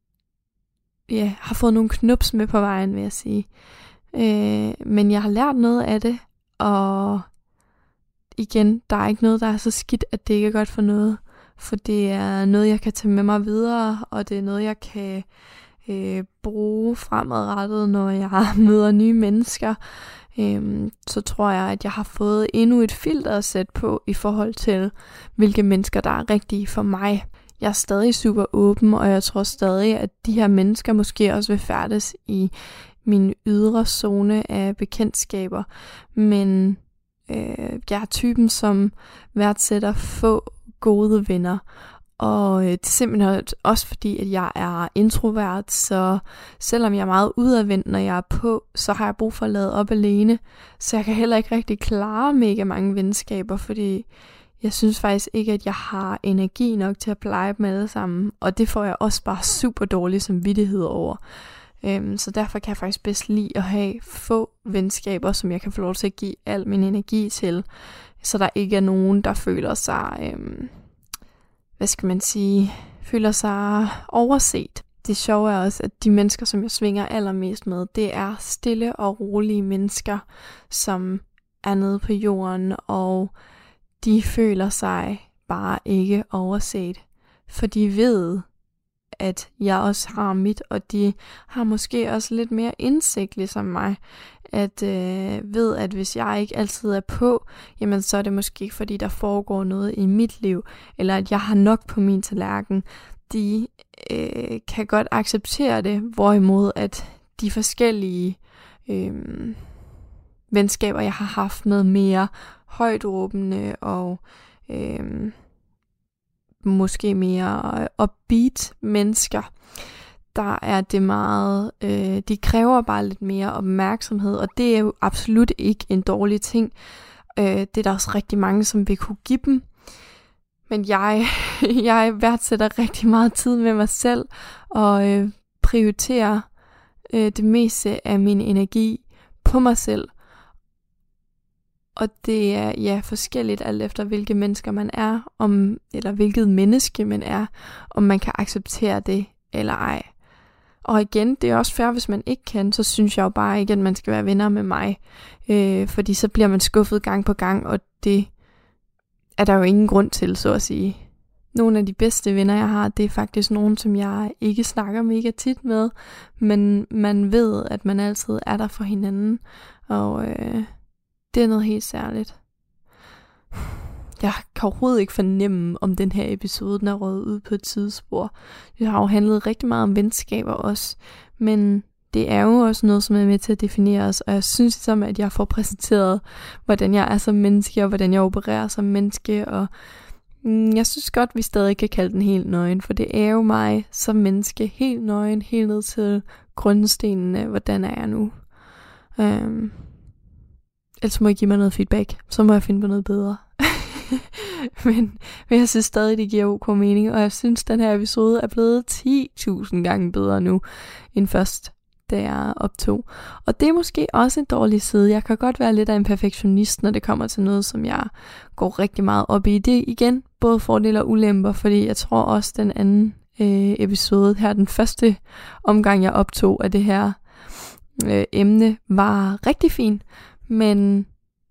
Speaker 3: ja, har fået nogle knups med på vejen, vil jeg sige. Øh, men jeg har lært noget af det, og igen, der er ikke noget, der er så skidt, at det ikke er godt for noget, for det er noget, jeg kan tage med mig videre, og det er noget, jeg kan øh, bruge fremadrettet, når jeg møder nye mennesker. Øhm, så tror jeg, at jeg har fået endnu et filter at sætte på i forhold til, hvilke mennesker, der er rigtige for mig. Jeg er stadig super åben, og jeg tror stadig, at de her mennesker måske også vil færdes i min ydre zone af bekendtskaber. Men øh, jeg er typen, som værdsætter få gode venner. Og det er simpelthen også fordi, at jeg er introvert, så selvom jeg er meget udadvendt, når jeg er på, så har jeg brug for at lade op alene. Så jeg kan heller ikke rigtig klare mega mange venskaber, fordi jeg synes faktisk ikke, at jeg har energi nok til at pleje dem alle sammen. Og det får jeg også bare super dårlig samvittighed over. Øhm, så derfor kan jeg faktisk bedst lide at have få venskaber, som jeg kan få lov til at give al min energi til. Så der ikke er nogen, der føler sig... Øhm, hvad skal man sige, føler sig overset. Det sjove er også, at de mennesker, som jeg svinger allermest med, det er stille og rolige mennesker, som er nede på jorden, og de føler sig bare ikke overset. For de ved, at jeg også har mit, og de har måske også lidt mere indsigt ligesom mig, at øh, ved, at hvis jeg ikke altid er på, jamen så er det måske fordi der foregår noget i mit liv, eller at jeg har nok på min tallerken. De øh, kan godt acceptere det, hvorimod at de forskellige øh, venskaber, jeg har haft med mere højtråbende og øh, måske mere upbeat mennesker, der er det meget, øh, de kræver bare lidt mere opmærksomhed, og det er jo absolut ikke en dårlig ting. Øh, det er der også rigtig mange, som vil kunne give dem. Men jeg, jeg værdsætter rigtig meget tid med mig selv, og øh, prioriterer øh, det meste af min energi på mig selv. Og det er ja forskelligt alt efter hvilke mennesker man er, om, eller hvilket menneske man er, om man kan acceptere det eller ej. Og igen, det er også fair, hvis man ikke kan, så synes jeg jo bare ikke, at man skal være venner med mig. Øh, fordi så bliver man skuffet gang på gang, og det er der jo ingen grund til, så at sige. Nogle af de bedste venner, jeg har, det er faktisk nogen, som jeg ikke snakker mega tit med, men man ved, at man altid er der for hinanden, og øh, det er noget helt særligt. Jeg kan overhovedet ikke fornemme, om den her episode den er røget ud på et tidsspor. Det har jo handlet rigtig meget om venskaber også, men det er jo også noget, som er med til at definere os, og jeg synes som, at jeg får præsenteret, hvordan jeg er som menneske, og hvordan jeg opererer som menneske, og jeg synes godt, vi stadig kan kalde den helt nøgen, for det er jo mig som menneske, helt nøgen, helt ned til grundstenene, hvordan er jeg nu. Øhm. Ellers må I give mig noget feedback, så må jeg finde på noget bedre. men, men jeg synes stadig, det giver ok mening, og jeg synes, den her episode er blevet ti tusind gange bedre nu, end først, da jeg optog. Og det er måske også en dårlig side. Jeg kan godt være lidt af en perfektionist, når det kommer til noget, som jeg går rigtig meget op i. Det er igen både fordele og ulemper, fordi jeg tror også, den anden øh, episode her. Den første omgang, jeg optog af det her øh, emne, var rigtig fin, men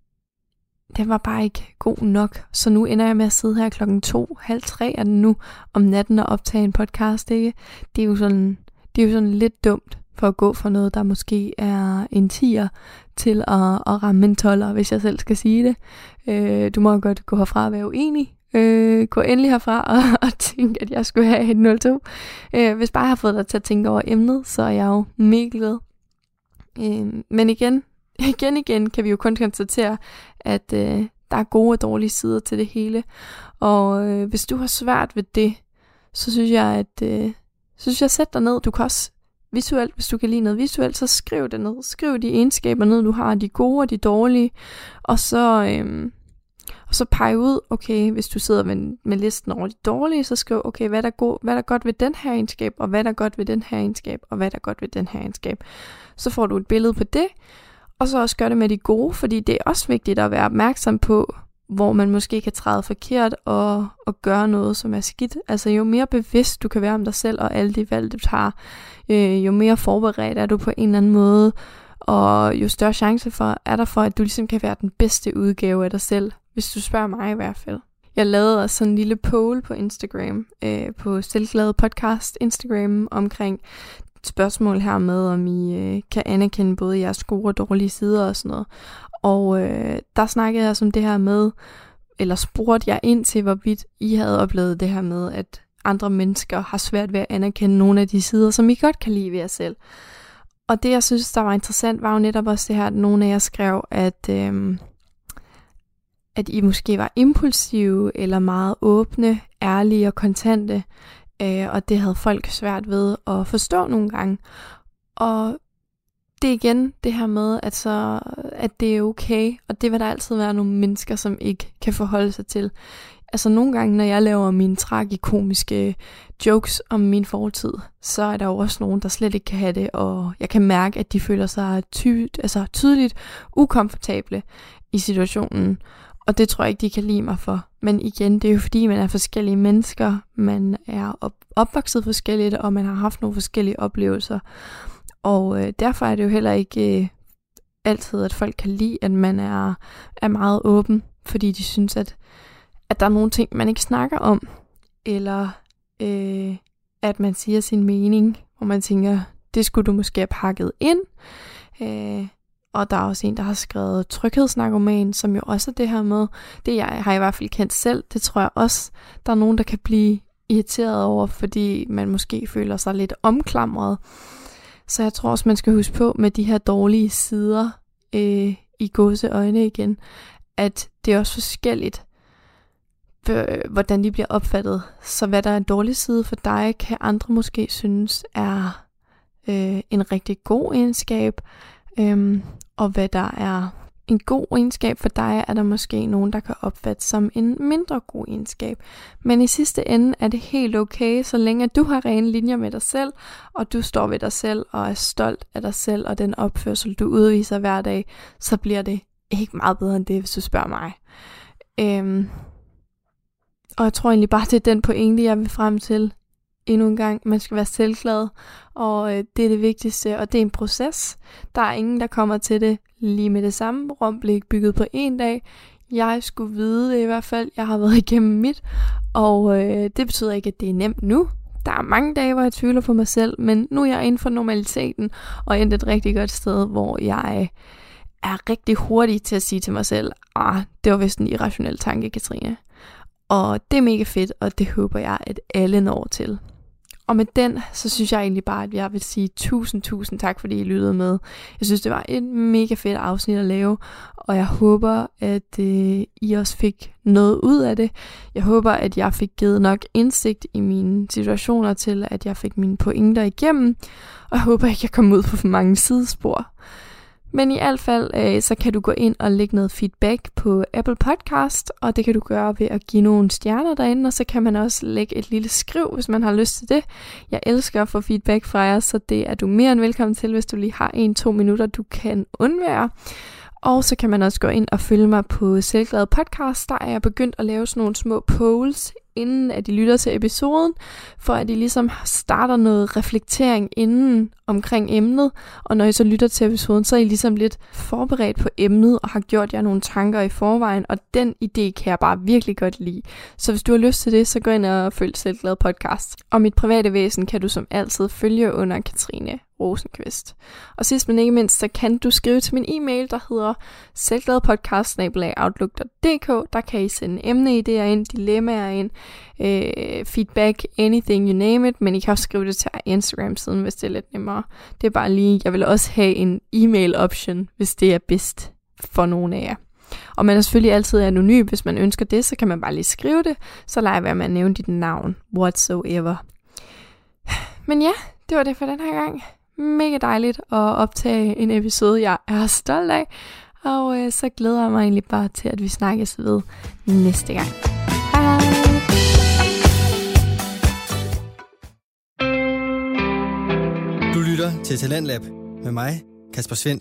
Speaker 3: den var bare ikke god nok. Så nu ender jeg med at sidde her klokken to, halv tre er den nu om natten og optage en podcast, ikke? Det er jo sådan, det er jo sådan lidt dumt for at gå for noget, der måske er en tier til at, at ramme en tolver, hvis jeg selv skal sige det. Øh, du må godt gå herfra og være uenig. Øh, gå endelig herfra og, og tænke, at jeg skulle have et nul to. Øh, hvis bare jeg har fået dig til at tænke over emnet, så er jeg jo mega glad. Øh, men igen, igen igen kan vi jo kun konstatere, at øh, der er gode og dårlige sider til det hele. Og øh, hvis du har svært ved det, så synes jeg, at øh, så synes jeg, sæt dig ned. Du kan også visuelt, hvis du kan lide noget visuelt, så skriv det ned. Skriv de egenskaber ned, du har, de gode og de dårlige. Og så, øhm, og så pege ud, okay, hvis du sidder med, med listen over de dårlige, så skriv, okay, hvad er, der god, hvad er der godt ved den her egenskab, og hvad er der godt ved den her egenskab, og hvad er der godt ved den her egenskab. Så får du et billede på det, og så også gør det med de gode, fordi det er også vigtigt at være opmærksom på, hvor man måske kan træde forkert og, og gøre noget, som er skidt. Altså jo mere bevidst du kan være om dig selv og alle de valg, du tager, øh, jo mere forberedt er du på en eller anden måde, og jo større chance for, er der for, at du ligesom kan være den bedste udgave af dig selv, hvis du spørger mig i hvert fald. Jeg lavede også sådan en lille poll på Instagram, øh, på Selvglade Podcast Instagram, omkring et spørgsmål her med, om I øh, kan anerkende både jeres gode og dårlige sider og sådan noget. Og øh, der snakkede jeg om det her med, eller spurgte jeg ind til, hvorvidt I havde oplevet det her med, at andre mennesker har svært ved at anerkende nogle af de sider, som I godt kan lide ved jer selv. Og det, jeg synes, der var interessant, var jo netop også det her, at nogle af jer skrev, at, øh, at I måske var impulsive, eller meget åbne, ærlige og kontante, øh, og det havde folk svært ved at forstå nogle gange. Og det er igen det her med, at, så, at det er okay, og det vil der altid være nogle mennesker, som ikke kan forholde sig til. Altså nogle gange, når jeg laver mine tragikomiske jokes om min fortid, så er der jo også nogen, der slet ikke kan have det, og jeg kan mærke, at de føler sig ty- altså tydeligt ukomfortable i situationen, og det tror jeg ikke, de kan lide mig for. Men igen, det er jo fordi, man er forskellige mennesker, man er op- opvokset forskelligt, og man har haft nogle forskellige oplevelser. Og øh, derfor er det jo heller ikke øh, altid, at folk kan lide, at man er, er meget åben, fordi de synes, at, at der er nogle ting, man ikke snakker om, eller øh, at man siger sin mening, hvor man tænker, det skulle du måske have pakket ind. Øh, og der er også en, der har skrevet tryghedsnarkoman, som jo også er det her med, det jeg har i hvert fald kendt selv, det tror jeg også, der er nogen, der kan blive irriteret over, fordi man måske føler sig lidt omklamret. Så jeg tror også, man skal huske på med de her dårlige sider øh, i gåseøjne igen, at det er også forskelligt, hvordan de bliver opfattet. Så hvad der er en dårlig side for dig, kan andre måske synes er øh, en rigtig god egenskab, øh, og hvad der er en god egenskab for dig, er der måske nogen, der kan opfatte som en mindre god egenskab. Men i sidste ende er det helt okay, så længe du har rene linjer med dig selv, og du står ved dig selv og er stolt af dig selv, og den opførsel, du udviser hver dag, så bliver det ikke meget bedre end det, hvis du spørger mig. Øhm, og jeg tror egentlig bare, det er den pointe, jeg vil frem til endnu en gang. Man skal være selvglad, og øh, det er det vigtigste, og det er en proces. Der er ingen, der kommer til det lige med det samme. Rom blev ikke bygget på en dag. Jeg skulle vide det i hvert fald. Jeg har været igennem mit, og øh, det betyder ikke, at det er nemt nu. Der er mange dage, hvor jeg tvivler på mig selv, men nu er jeg inden for normaliteten, og endt et rigtig godt sted, hvor jeg er rigtig hurtig til at sige til mig selv, ah, det var vist en irrationel tanke, Katrine. Og det er mega fedt, og det håber jeg, at alle når til. Og med den, så synes jeg egentlig bare, at jeg vil sige tusind, tusind tak, fordi I lyttede med. Jeg synes, det var et mega fedt afsnit at lave, og jeg håber, at øh, I også fik noget ud af det. Jeg håber, at jeg fik givet nok indsigt i mine situationer til, at jeg fik mine pointer igennem, og jeg håber ikke, jeg kom ud på for mange sidespor. Men i hvert fald, øh, så kan du gå ind og lægge noget feedback på Apple Podcast, og det kan du gøre ved at give nogle stjerner derinde, og så kan man også lægge et lille skriv, hvis man har lyst til det. Jeg elsker at få feedback fra jer, så det er du mere end velkommen til, hvis du lige har en-to minutter, du kan undvære. Og så kan man også gå ind og følge mig på Selvglade Podcast. Der er jeg begyndt at lave sådan nogle små polls inden at de lytter til episoden, for at de ligesom starter noget reflektering inden omkring emnet, og når I så lytter til episoden, så er I ligesom lidt forberedt på emnet, og har gjort jer nogle tanker i forvejen, og den idé kan jeg bare virkelig godt lide. Så hvis du har lyst til det, så gå ind og følg Selvglad Podcast. Og mit private væsen kan du som altid følge under Katrine Rosenqvist. Og sidst men ikke mindst, så kan du skrive til min e-mail, der hedder selvgladpodcast snabel-a outlook punktum d k. Der kan I sende emneidéer ind, dilemmaer ind, øh, feedback, anything you name it, men I kan også skrive det til Instagram-siden, hvis det er lidt nemmere. Det er bare lige, jeg vil også have en e-mail option, hvis det er bedst for nogen af jer. Og man er selvfølgelig altid anonym, hvis man ønsker det, så kan man bare lige skrive det, så lader jeg være med at nævne dit navn, whatsoever. Men ja, det var det for den her gang. Mega dejligt at optage en episode, jeg er stolt af. Og øh, så glæder jeg mig egentlig bare til, at vi snakkes ved næste gang. Hej!
Speaker 1: Du lytter til Talentlab med mig, Kasper Svendt.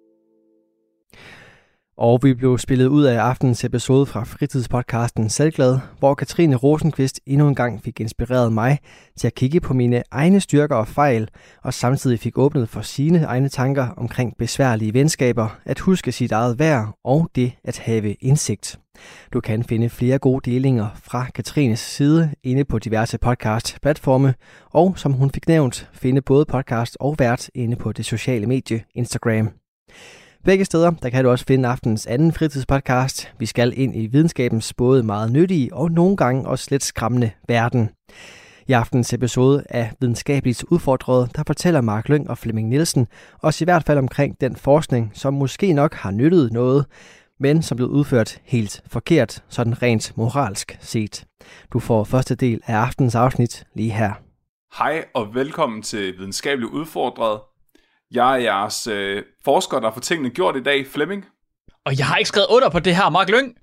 Speaker 2: Og vi blev spillet ud af aftenens episode fra fritidspodcasten Selvglad, hvor Katrine Rosenqvist endnu en gang fik inspireret mig til at kigge på mine egne styrker og fejl, og samtidig fik åbnet for sine egne tanker omkring besværlige venskaber, at huske sit eget værd og det at have indsigt. Du kan finde flere gode delinger fra Katrines side inde på diverse podcast-platforme, og som hun fik nævnt, finde både podcast og vært inde på det sociale medie Instagram. Begge steder, der kan du også finde aftens anden fritidspodcast. Vi skal ind i videnskabens både meget nyttige og nogle gange også lidt skræmmende verden. I aftens episode af Videnskabeligt Udfordret, der fortæller Mark Lyng og Flemming Nielsen også i hvert fald omkring den forskning, som måske nok har nyttet noget, men som blev udført helt forkert, sådan rent moralsk set. Du får første del af aftens afsnit lige her.
Speaker 4: Hej og velkommen til Videnskabeligt Udfordret. Jeg er jeres øh, forsker, der får tingene gjort i dag, Flemming.
Speaker 5: Og jeg har ikke skrevet under på det her, Mark Lyng.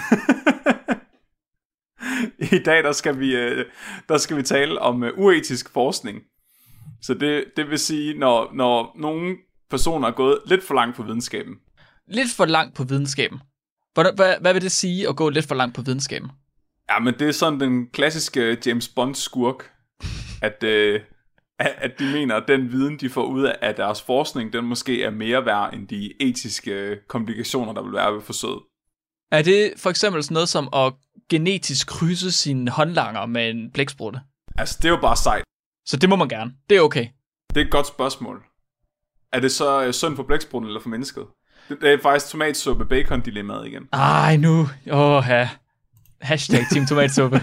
Speaker 4: I dag der skal vi øh, der skal vi tale om øh, uetisk forskning. Så det, det vil sige, når, når nogle personer er gået lidt for langt på videnskaben.
Speaker 5: Lidt for langt på videnskaben. Hvad, hvad, hvad vil det sige at gå lidt for langt på videnskaben?
Speaker 4: Ja, men det er sådan den klassiske James Bond-skurk, at... Øh, at de mener, at den viden, de får ud af deres forskning, den måske er mere værd end de etiske komplikationer, der vil være ved forsøget.
Speaker 5: Er det for eksempel sådan noget som at genetisk krydse sine håndlanger med en blæksprutte?
Speaker 4: Altså, det er jo bare sejt.
Speaker 5: Så det må man gerne. Det er okay.
Speaker 4: Det er et godt spørgsmål. Er det så synd for blæksprutten eller for mennesket? Det er faktisk tomatsuppe bacon-dilemmaet igen.
Speaker 5: Ej, nu. Åh, ja. Hashtag team tomatsuppe.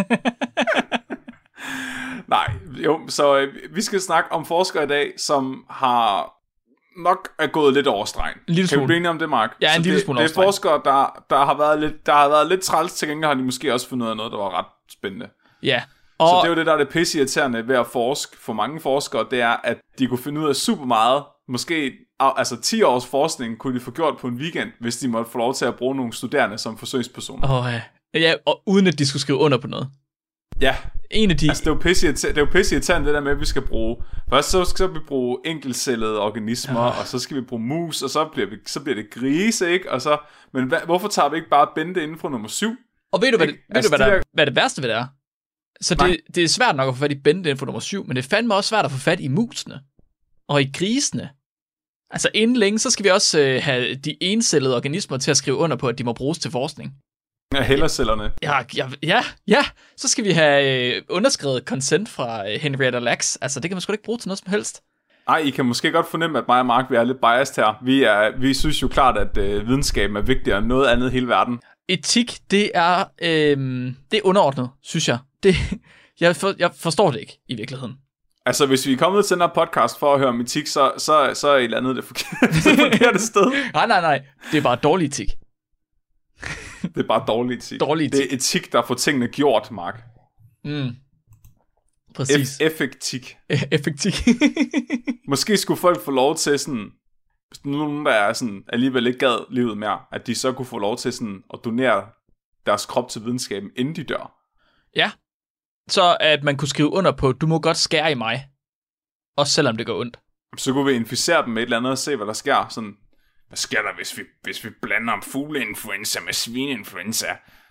Speaker 4: Nej, jo, så øh, vi skal snakke om forskere i dag, som har nok er gået lidt over stregen.
Speaker 5: En lille smule.
Speaker 4: Kan vi blive enige om det, Mark?
Speaker 5: Ja, en
Speaker 4: så
Speaker 5: lille
Speaker 4: det,
Speaker 5: smule
Speaker 4: det
Speaker 5: over stregen.
Speaker 4: er forskere, der, der, har været lidt, der har været lidt træls, til gengæld har de måske også fundet ud af noget, der var ret spændende.
Speaker 5: Ja.
Speaker 4: Og... Så det er jo det, der er det pisseirriterende ved at forske for mange forskere, det er, at de kunne finde ud af super meget. Måske altså ti års forskning kunne de få gjort på en weekend, hvis de måtte få lov til at bruge nogle studerende som forsøgspersoner.
Speaker 5: Åh, oh, ja. Ja, og uden at de skulle skrive under på noget.
Speaker 4: Ja,
Speaker 5: en af de...
Speaker 4: altså det er jo pisseirriterende, det er jo pisseirriterende det der med, at vi skal bruge... Først så skal vi bruge enkeltcellede organismer, ja. Og så skal vi bruge mus, og så bliver, vi, så bliver det grise, ikke? Og så, men hva, hvorfor tager vi ikke bare Bente inden for nummer syv?
Speaker 5: Og ved du, hvad, det, ved
Speaker 4: altså,
Speaker 5: du, hvad,
Speaker 4: de
Speaker 5: der,
Speaker 4: der...
Speaker 5: hvad det værste ved det er? Så det, det er svært nok at få fat i Bente inden for nummer syv, men det er fandme også svært at få fat i musene. Og i grisene. Altså inden længe, så skal vi også øh, have de encellede organismer til at skrive under på, at de må bruges til forskning.
Speaker 4: Ja, hellercellerne.
Speaker 5: Ja, ja, ja, ja. Så skal vi have øh, underskrevet consent fra øh, Henrietta Lacks. Altså, det kan man sgu da ikke bruge til noget som helst.
Speaker 4: Nej, I kan måske godt fornemme, at mig og Mark, vi er lidt biased her. Vi, er, vi synes jo klart, at øh, videnskaben er vigtigere end noget andet i hele verden.
Speaker 5: Etik, det er, øh, det er underordnet, synes jeg. Det, jeg, for, jeg forstår det ikke, i virkeligheden.
Speaker 4: Altså, hvis vi er kommet til den her podcast for at høre om etik, så, så, så er et eller andet det forkerte sted.
Speaker 5: Nej, nej, nej. Det er bare dårlig etik.
Speaker 4: Det er bare dårlig etik.
Speaker 5: Dårlig etik.
Speaker 4: Det er etik, der får tingene gjort, Mark.
Speaker 5: Mm. Præcis.
Speaker 4: F- effektik.
Speaker 5: Effektik.
Speaker 4: Måske skulle folk få lov til sådan, hvis nogen der er sådan, alligevel ikke gad livet mere, at de så kunne få lov til sådan at donere deres krop til videnskaben, inden de dør.
Speaker 5: Ja. Så at man kunne skrive under på, du må godt skære i mig. Også selvom det går ondt.
Speaker 4: Så kunne vi inficere dem med et eller andet og se, hvad der sker. Sådan, hvad sker der, hvis vi, hvis vi blander om fugleinfluenza med svineinfluenza?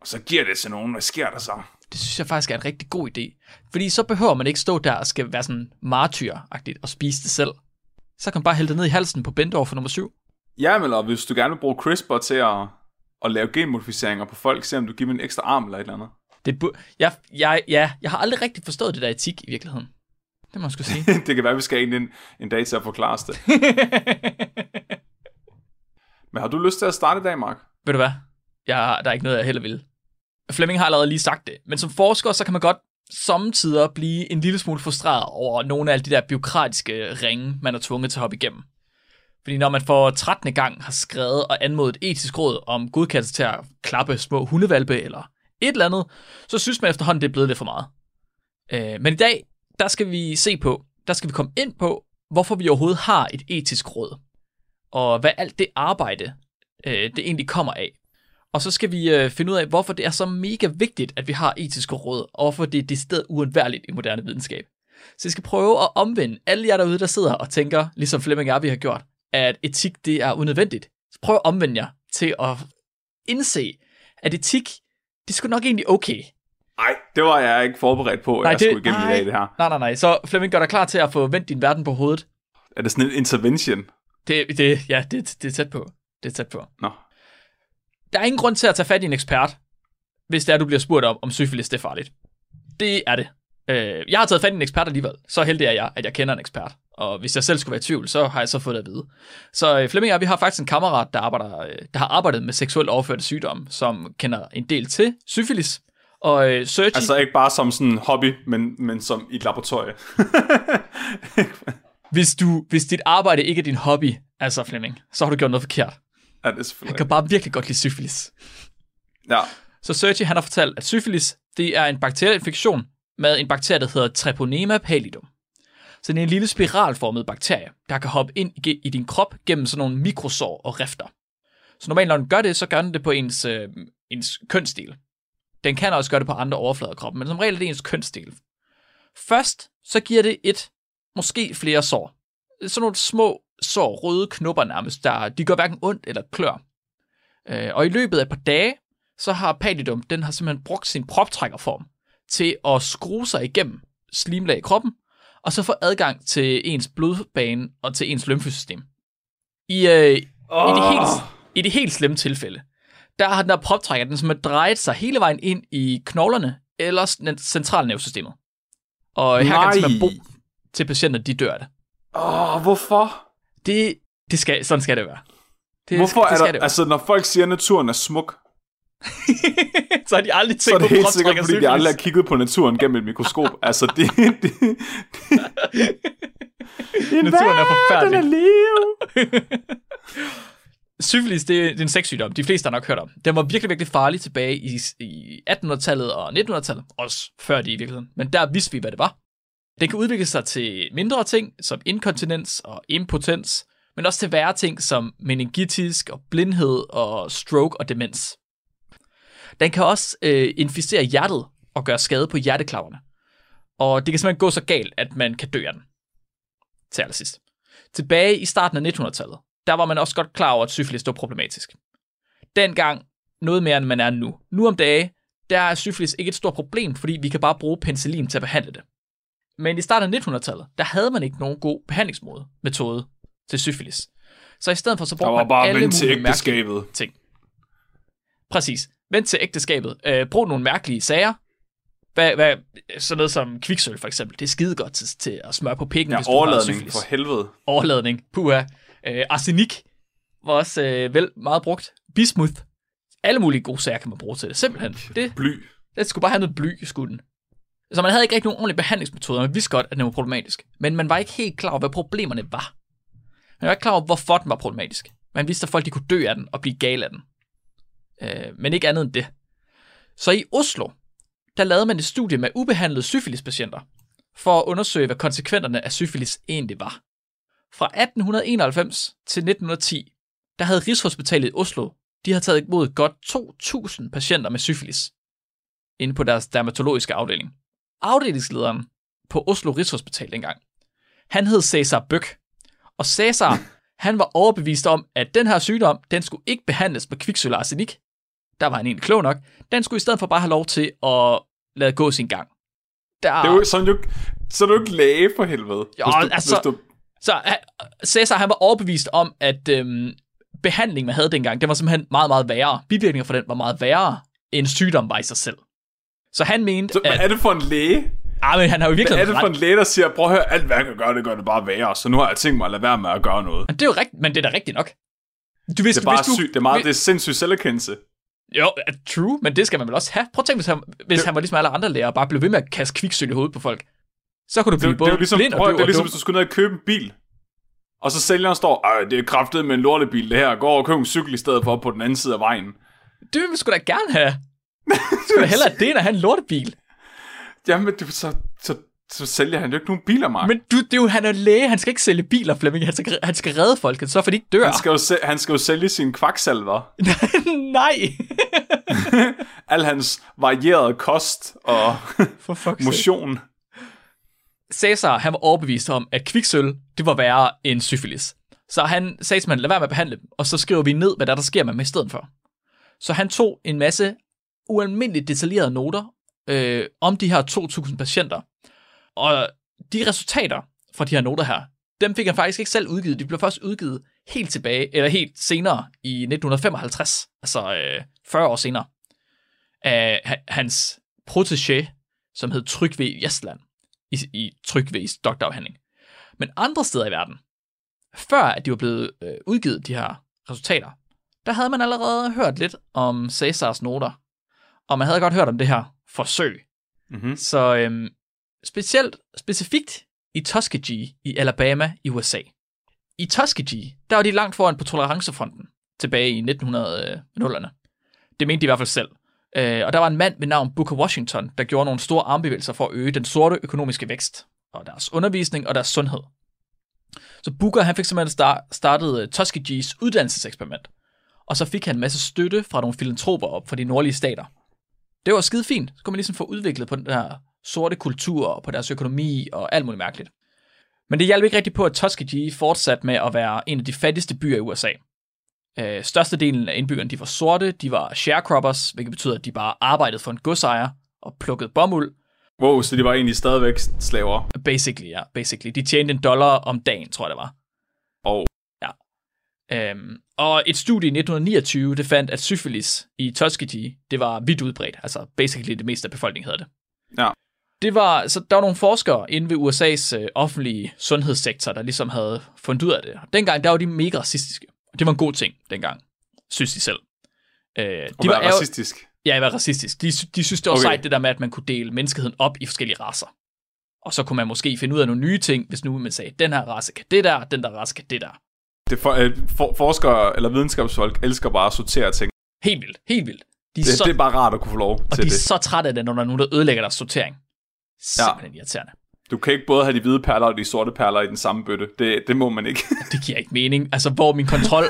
Speaker 4: Og så giver det til nogen, hvad sker der så?
Speaker 5: Det synes jeg faktisk er en rigtig god idé. Fordi så behøver man ikke stå der og skal være sådan martyr-agtigt og spise det selv. Så kan man bare hælde det ned i halsen på Bendorf for nummer syv.
Speaker 4: Ja, eller hvis du gerne vil bruge CRISPR til at, at lave genmodificeringer på folk, se om du giver dem en ekstra arm eller et eller andet.
Speaker 5: Det bu- jeg, jeg, ja, jeg har aldrig rigtig forstået det der etik i virkeligheden. Det må man skulle sige.
Speaker 4: Det kan være, vi skal ind en, en dag til at forklare os det. Men har du lyst til at starte i dag, Mark?
Speaker 5: Ved du hvad? Jeg, der er ikke noget, jeg heller vil. Flemming har allerede lige sagt det. Men som forsker, så kan man godt sommetider blive en lille smule frustreret over nogle af alle de der bureaukratiske ringe, man er tvunget til at hoppe igennem. Fordi når man for trettende gang har skrevet og anmodet et etisk råd om godkendelse til at klappe små hundevalpe eller et eller andet, så synes man efterhånden, det er blevet lidt for meget. Øh, men i dag, der skal vi se på, der skal vi komme ind på, hvorfor vi overhovedet har et etisk råd. Og hvad alt det arbejde, øh, det egentlig kommer af. Og så skal vi øh, finde ud af, hvorfor det er så mega vigtigt, at vi har etiske råd, og hvorfor det er decideret uundværligt i moderne videnskab. Så jeg skal prøve at omvende alle jer derude, der sidder og tænker, ligesom Flemming og vi har gjort, at etik det er unødvendigt. Så prøv at omvende jer til at indse, at etik, det er sgu nok egentlig okay.
Speaker 4: Nej, det var jeg ikke forberedt på, at
Speaker 5: nej,
Speaker 4: jeg
Speaker 5: det,
Speaker 4: skulle igennem
Speaker 5: nej,
Speaker 4: i dag, det her.
Speaker 5: Nej, nej, nej. Så Flemming, gør dig klar til at få vendt din verden på hovedet.
Speaker 4: Er det sådan en intervention?
Speaker 5: Det, det, ja, det, det er tæt på. Det er tæt på.
Speaker 4: Nå.
Speaker 5: Der er ingen grund til at tage fat i en ekspert, hvis det er, du bliver spurgt om, om syfilis det er farligt. Det er det. Øh, jeg har taget fat i en ekspert alligevel. Så heldig er jeg, at jeg kender en ekspert. Og hvis jeg selv skulle være i tvivl, så har jeg så fået det at vide. Så øh, Flemming og vi har faktisk en kammerat, der, arbejder, øh, der har arbejdet med seksuelt overførte sygdomme, som kender en del til syfilis. Og øh, Sergi...
Speaker 4: Altså ikke bare som sådan en hobby, men, men som i et laboratorie.
Speaker 5: hvis, du, hvis dit arbejde ikke er din hobby, altså Flemming, så har du gjort noget forkert.
Speaker 4: Ja, det er selvfølgelig.
Speaker 5: Han kan bare virkelig godt lide syfilis.
Speaker 4: Ja.
Speaker 5: Så Sergi, han har fortalt, at syfilis, det er en bakterieinfektion med en bakterie, der hedder Treponema pallidum. Så det er en lille spiralformet bakterie, der kan hoppe ind i din krop gennem sådan nogle mikrosår og rifter. Så normalt, når den gør det, så gør den det på ens, øh, ens kønsdel. Den kan også gøre det på andre overflader af kroppen, men som regel er det ens kønsdel. Først, så giver det et, måske flere sår. Sådan nogle små sår, røde knopper nærmest, der de gør hverken ondt eller klør. Øh, og i løbet af et par dage, så har pallidum, den har simpelthen brugt sin proptrækkerform til at skrue sig igennem slimlag i kroppen, og så få adgang til ens blodbane og til ens lymfesystem. I, øh, oh. i, det helt, I det helt slemme tilfælde, der har den der proptrækker, den som har drejet sig hele vejen ind i knoglerne eller centralnervesystemet. Og her
Speaker 4: Nej.
Speaker 5: kan man bo til patienter, de dør af det.
Speaker 4: Åh, oh, hvorfor?
Speaker 5: Det, det skal, sådan skal det være. Det,
Speaker 4: hvorfor
Speaker 5: det
Speaker 4: er
Speaker 5: skal
Speaker 4: der, altså når folk siger, at naturen er smuk,
Speaker 5: så har de aldrig
Speaker 4: så
Speaker 5: tænkt
Speaker 4: er det
Speaker 5: på
Speaker 4: helt sikkert, fordi
Speaker 5: syfilis.
Speaker 4: de aldrig har kigget på naturen gennem et mikroskop. Altså, det... det, det
Speaker 5: naturen er forfærdelig.
Speaker 4: Den er liv.
Speaker 5: Syfilis, det er en sexsygdom. De fleste har nok hørt om. Den var virkelig, virkelig farlig tilbage i, i attenhundredetallet og nittenhundredetallet. Også før det i virkeligheden. Men der vidste vi, hvad det var. Den kan udvikle sig til mindre ting, som inkontinens og impotens, men også til værre ting, som meningitis og blindhed og stroke og demens. Den kan også øh, inficere hjertet og gøre skade på hjerteklapperne. Og det kan simpelthen gå så galt, at man kan dø af den. Til allersidst. Tilbage i starten af nittenhundredetallet, der var man også godt klar over, at syfilis var problematisk. Dengang noget mere, end man er nu. Nu om dage, der er syfilis ikke et stort problem, fordi vi kan bare bruge penicillin til at behandle det. Men i starten af nittenhundredetallet, der havde man ikke nogen god behandlingsmetode til syfilis. Så i stedet for, så brugte man
Speaker 4: bare
Speaker 5: alle
Speaker 4: vent til
Speaker 5: mulige
Speaker 4: ægteskabet.
Speaker 5: mærkelige ting. Præcis. Vent til ægteskabet. Øh, brug nogle mærkelige sager. Hvad, hvad, sådan noget som kviksølv for eksempel. Det er skide godt til, til at smøre på pikken,
Speaker 4: Ja,
Speaker 5: hvis du har
Speaker 4: overladning
Speaker 5: syfilis.
Speaker 4: for helvede.
Speaker 5: Overladning. Puha. Øh, arsenik var også øh, vel meget brugt. Bismuth. Alle mulige gode sager kan man bruge til det. Simpelthen. Det,
Speaker 4: Bly.
Speaker 5: det skulle bare have noget bly i skuden. Så man havde ikke rigtig nogen ordentlige behandlingsmetoder. Man vidste godt, at den var problematisk. Men man var ikke helt klar over, hvad problemerne var. Man var ikke klar over, hvorfor den var problematisk. Man vidste, at folk de kunne dø af den og blive gale af den. Øh, men ikke andet end det. Så i Oslo, der lavede man et studie med ubehandlede syfilispatienter, for at undersøge, hvad konsekvenserne af syfilis egentlig var. Fra atten enoghalvfems til nitten ti, der havde Rigshospitalet i Oslo, de havde taget imod godt to tusind patienter med syfilis, inde på deres dermatologiske afdeling. Afdelingslederen på Oslo Rigshospital dengang, han hed Cæsar Bøck, og Cæsar, han var overbevist om, at den her sygdom, den skulle ikke behandles med kviksølv og arsenik, der var han egentlig klog nok, den skulle i stedet for bare have lov til at lade gå sin gang. Der...
Speaker 4: Det er jo sådan, jo, så er du ikke læge for helvede.
Speaker 5: Jo,
Speaker 4: hvis du,
Speaker 5: altså,
Speaker 4: hvis du...
Speaker 5: så Cæsar, han var overbevist om, at øhm, behandling, man havde dengang, det var simpelthen meget, meget værre. Bivirkninger for den var meget værre, end sygdom var i sig selv. Så han mente,
Speaker 4: så,
Speaker 5: at...
Speaker 4: hvad er det for en læge?
Speaker 5: Ah, men han har jo virkelig
Speaker 4: hvad er det for en læge, der siger, prøv at høre, alt hvad jeg kan gøre, det gør det bare værre, så nu har jeg tænkt mig at lade være med at gøre noget.
Speaker 5: Det er jo rigtigt, men det er da rigtigt nok. Du vidste,
Speaker 4: det er bare
Speaker 5: du,
Speaker 4: sygt, det er meget, det er sindssygt selverkendelse.
Speaker 5: Jo, true, men det skal man vel også have. Prøv at tænke, hvis han, hvis det... han var ligesom alle andre lærere, og bare blev ved med at kaste kviksøl i hovedet på folk. Så kunne du blive
Speaker 4: det,
Speaker 5: både
Speaker 4: det er ligesom,
Speaker 5: blind og
Speaker 4: prøv,
Speaker 5: døv
Speaker 4: det er ligesom,
Speaker 5: og
Speaker 4: hvis du skulle ned og købe en bil, og så sælgeren står, Ej, det er kraftet med en lortebil, det her. Gå over og køb en cykel i stedet for på den anden side af vejen.
Speaker 5: Det vil vi sgu da gerne have. Du skulle da hellere det, end at have en lortebil.
Speaker 4: Jamen, det, så, så, så sælger han jo ikke nogen biler, Mark.
Speaker 5: Men du, det er jo, han er læge, han skal ikke sælge biler, Flemming. Han skal, han skal redde folket, så for de ikke dør.
Speaker 4: Han skal jo, sæ- han skal jo sælge sine kvaksalver.
Speaker 5: Nej.
Speaker 4: Al hans varierede kost og motion.
Speaker 5: Cæsar, han var overbevist om, at kviksøl, det var værre end syfilis. Så han sagde til man, lad være med at behandle dem, og så skriver vi ned, hvad der, der sker med dem i stedet for. Så han tog en masse ualmindeligt detaljerede noter øh, om de her to tusind patienter. Og de resultater fra de her noter her, dem fik han faktisk ikke selv udgivet. De blev først udgivet helt tilbage, eller helt senere i nitten femoghalvtreds, altså øh, fyrre år senere, af hans protégé, som hed Trygve Jestland, i, i Trygves doktorafhandling. Men andre steder i verden, før at de var blevet øh, udgivet, de her resultater, der havde man allerede hørt lidt om Cæsars noter, og man havde godt hørt om det her forsøg.
Speaker 4: Mm-hmm.
Speaker 5: Så øhm, specielt, specifikt i Tuskegee i Alabama i U S A. I Tuskegee, der var de langt foran på tolerancefronten tilbage i nitten hundrede. Det mente de i hvert fald selv. Øh, og der var en mand ved navn Booker Washington, der gjorde nogle store armbevægelser for at øge den sorte økonomiske vækst, og deres undervisning og deres sundhed. Så Booker, han fik simpelthen start, startet Tuskegees uddannelseseksperiment, og så fik han en masse støtte fra nogle filantroper op fra de nordlige stater. Det var skide fint. Så kunne man ligesom få udviklet på den her sorte kultur og på deres økonomi og alt muligt mærkeligt. Men det hjalp ikke rigtigt på, at Tuskegee fortsatte med at være en af de fattigste byer i U S A. Øh, størstedelen af indbyggerne, de var sorte, de var sharecroppers, hvilket betyder, at de bare arbejdede for en godsejer og plukkede bomuld.
Speaker 4: Wow, så de var egentlig stadigvæk slaver?
Speaker 5: Basically, ja. Basically. De tjente en dollar om dagen, tror jeg det var.
Speaker 4: Oh.
Speaker 5: Ja. Øhm, og et studie i nitten niogtyve, det fandt, at syfilis i Tuskegee, det var vidt udbredt. Altså basically det meste af befolkningen havde det.
Speaker 4: Ja.
Speaker 5: Det var, så der var nogle forskere inde ved U S A's øh, offentlige sundhedssektor, der ligesom havde fundet ud af det. Dengang, der var de mega racistiske. Og det var en god ting, dengang, synes de selv. Øh, de
Speaker 4: og
Speaker 5: var
Speaker 4: racistisk?
Speaker 5: Ja, jeg var racistisk. De, de synes, det var okay. Sejt, det der med, at man kunne dele menneskeheden op i forskellige racer. Og så kunne man måske finde ud af nogle nye ting, hvis nu man sagde, den her race kan det der, den der race kan det der.
Speaker 4: Det for, øh, for, forskere eller videnskabsfolk elsker bare at sortere ting.
Speaker 5: Helt vildt, helt vildt. De er
Speaker 4: det,
Speaker 5: så,
Speaker 4: det er bare rart at kunne få lov til det.
Speaker 5: Og de er så trætte af det, når der er nogen, der ødelægger deres sortering. Simpelthen ja. Irriterende.
Speaker 4: Du kan ikke både have de hvide perler og de sorte perler i den samme bøtte. Det, det må man ikke.
Speaker 5: Det giver ikke mening. Altså, hvor min kontrol...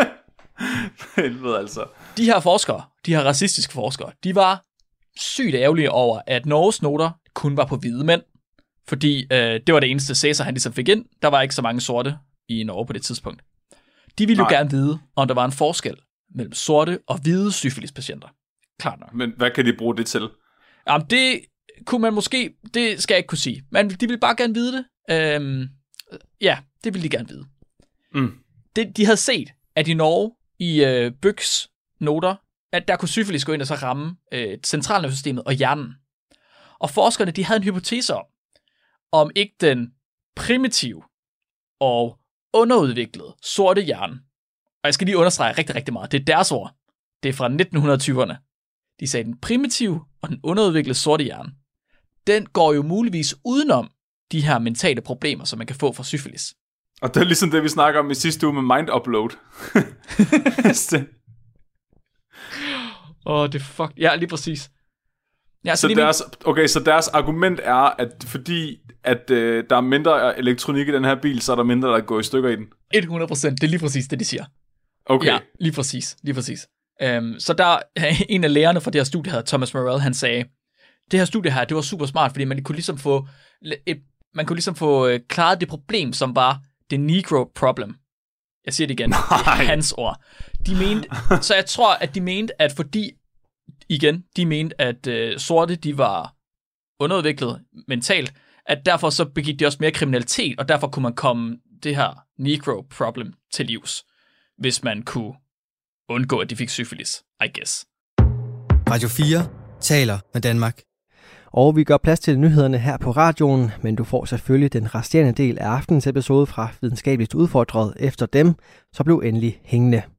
Speaker 4: Helvede altså.
Speaker 5: De her forskere, de her racistiske forskere, de var sygt ærgerlige over, at Norges noter kun var på hvide mænd. Fordi øh, det var det eneste Cæsar, han ligesom fik ind. Der var ikke så mange sorte i Norge på det tidspunkt. De ville Nej. jo gerne vide, om der var en forskel mellem sorte og hvide syfilispatienter. Klart nok.
Speaker 4: Men hvad kan de bruge det til?
Speaker 5: Jamen, det kunne man måske... Det skal jeg ikke kunne sige. Men de ville bare gerne vide det. Øhm, ja, det ville de gerne vide.
Speaker 4: Mm.
Speaker 5: Det, de havde set, at i Norge, i øh, Bøks noter, at der kunne syfilis gå ind og så ramme øh, centralnervesystemet og hjernen. Og forskerne, de havde en hypotese om, om ikke den primitive og underudviklede sorte hjerne, og jeg skal lige understrege rigtig, rigtig meget, det er deres ord, det er fra nitten tyverne. De sagde, den primitive og den underudviklede sorte hjerne, den går jo muligvis udenom de her mentale problemer, som man kan få fra syfilis.
Speaker 4: Og det er ligesom det, vi snakker om i sidste uge med mind upload.
Speaker 5: Åh, oh, det er fuck. Ja, lige præcis. Ja,
Speaker 4: så, så, deres, okay, så deres argument er, at fordi at, øh, der er mindre elektronik i den her bil, så er der mindre, der går i stykker i den.
Speaker 5: hundrede procent, det er lige præcis det, de siger.
Speaker 4: Okay.
Speaker 5: Ja, lige præcis, lige præcis. Um, så der en af lærerne fra det her studie her, Thomas Morell, han sagde, det her studie her, det var super smart, fordi man kunne ligesom få, et, man kunne ligesom få øh, klaret det problem, som var det negro problem. Jeg siger det igen, det er hans ord. de mente, så jeg tror, at de mente, at fordi, igen, de mente, at øh, sorte, de var underudviklet mentalt, at derfor så begik de også mere kriminalitet, og derfor kunne man komme det her negro-problem til livs, hvis man kunne undgå, at de fik syfilis, I guess.
Speaker 1: Radio fire taler med Danmark.
Speaker 2: Og vi gør plads til nyhederne her på radioen, men du får selvfølgelig den resterende del af aftens episode fra Videnskabeligt Udfordret efter dem, så bliv endelig hængende.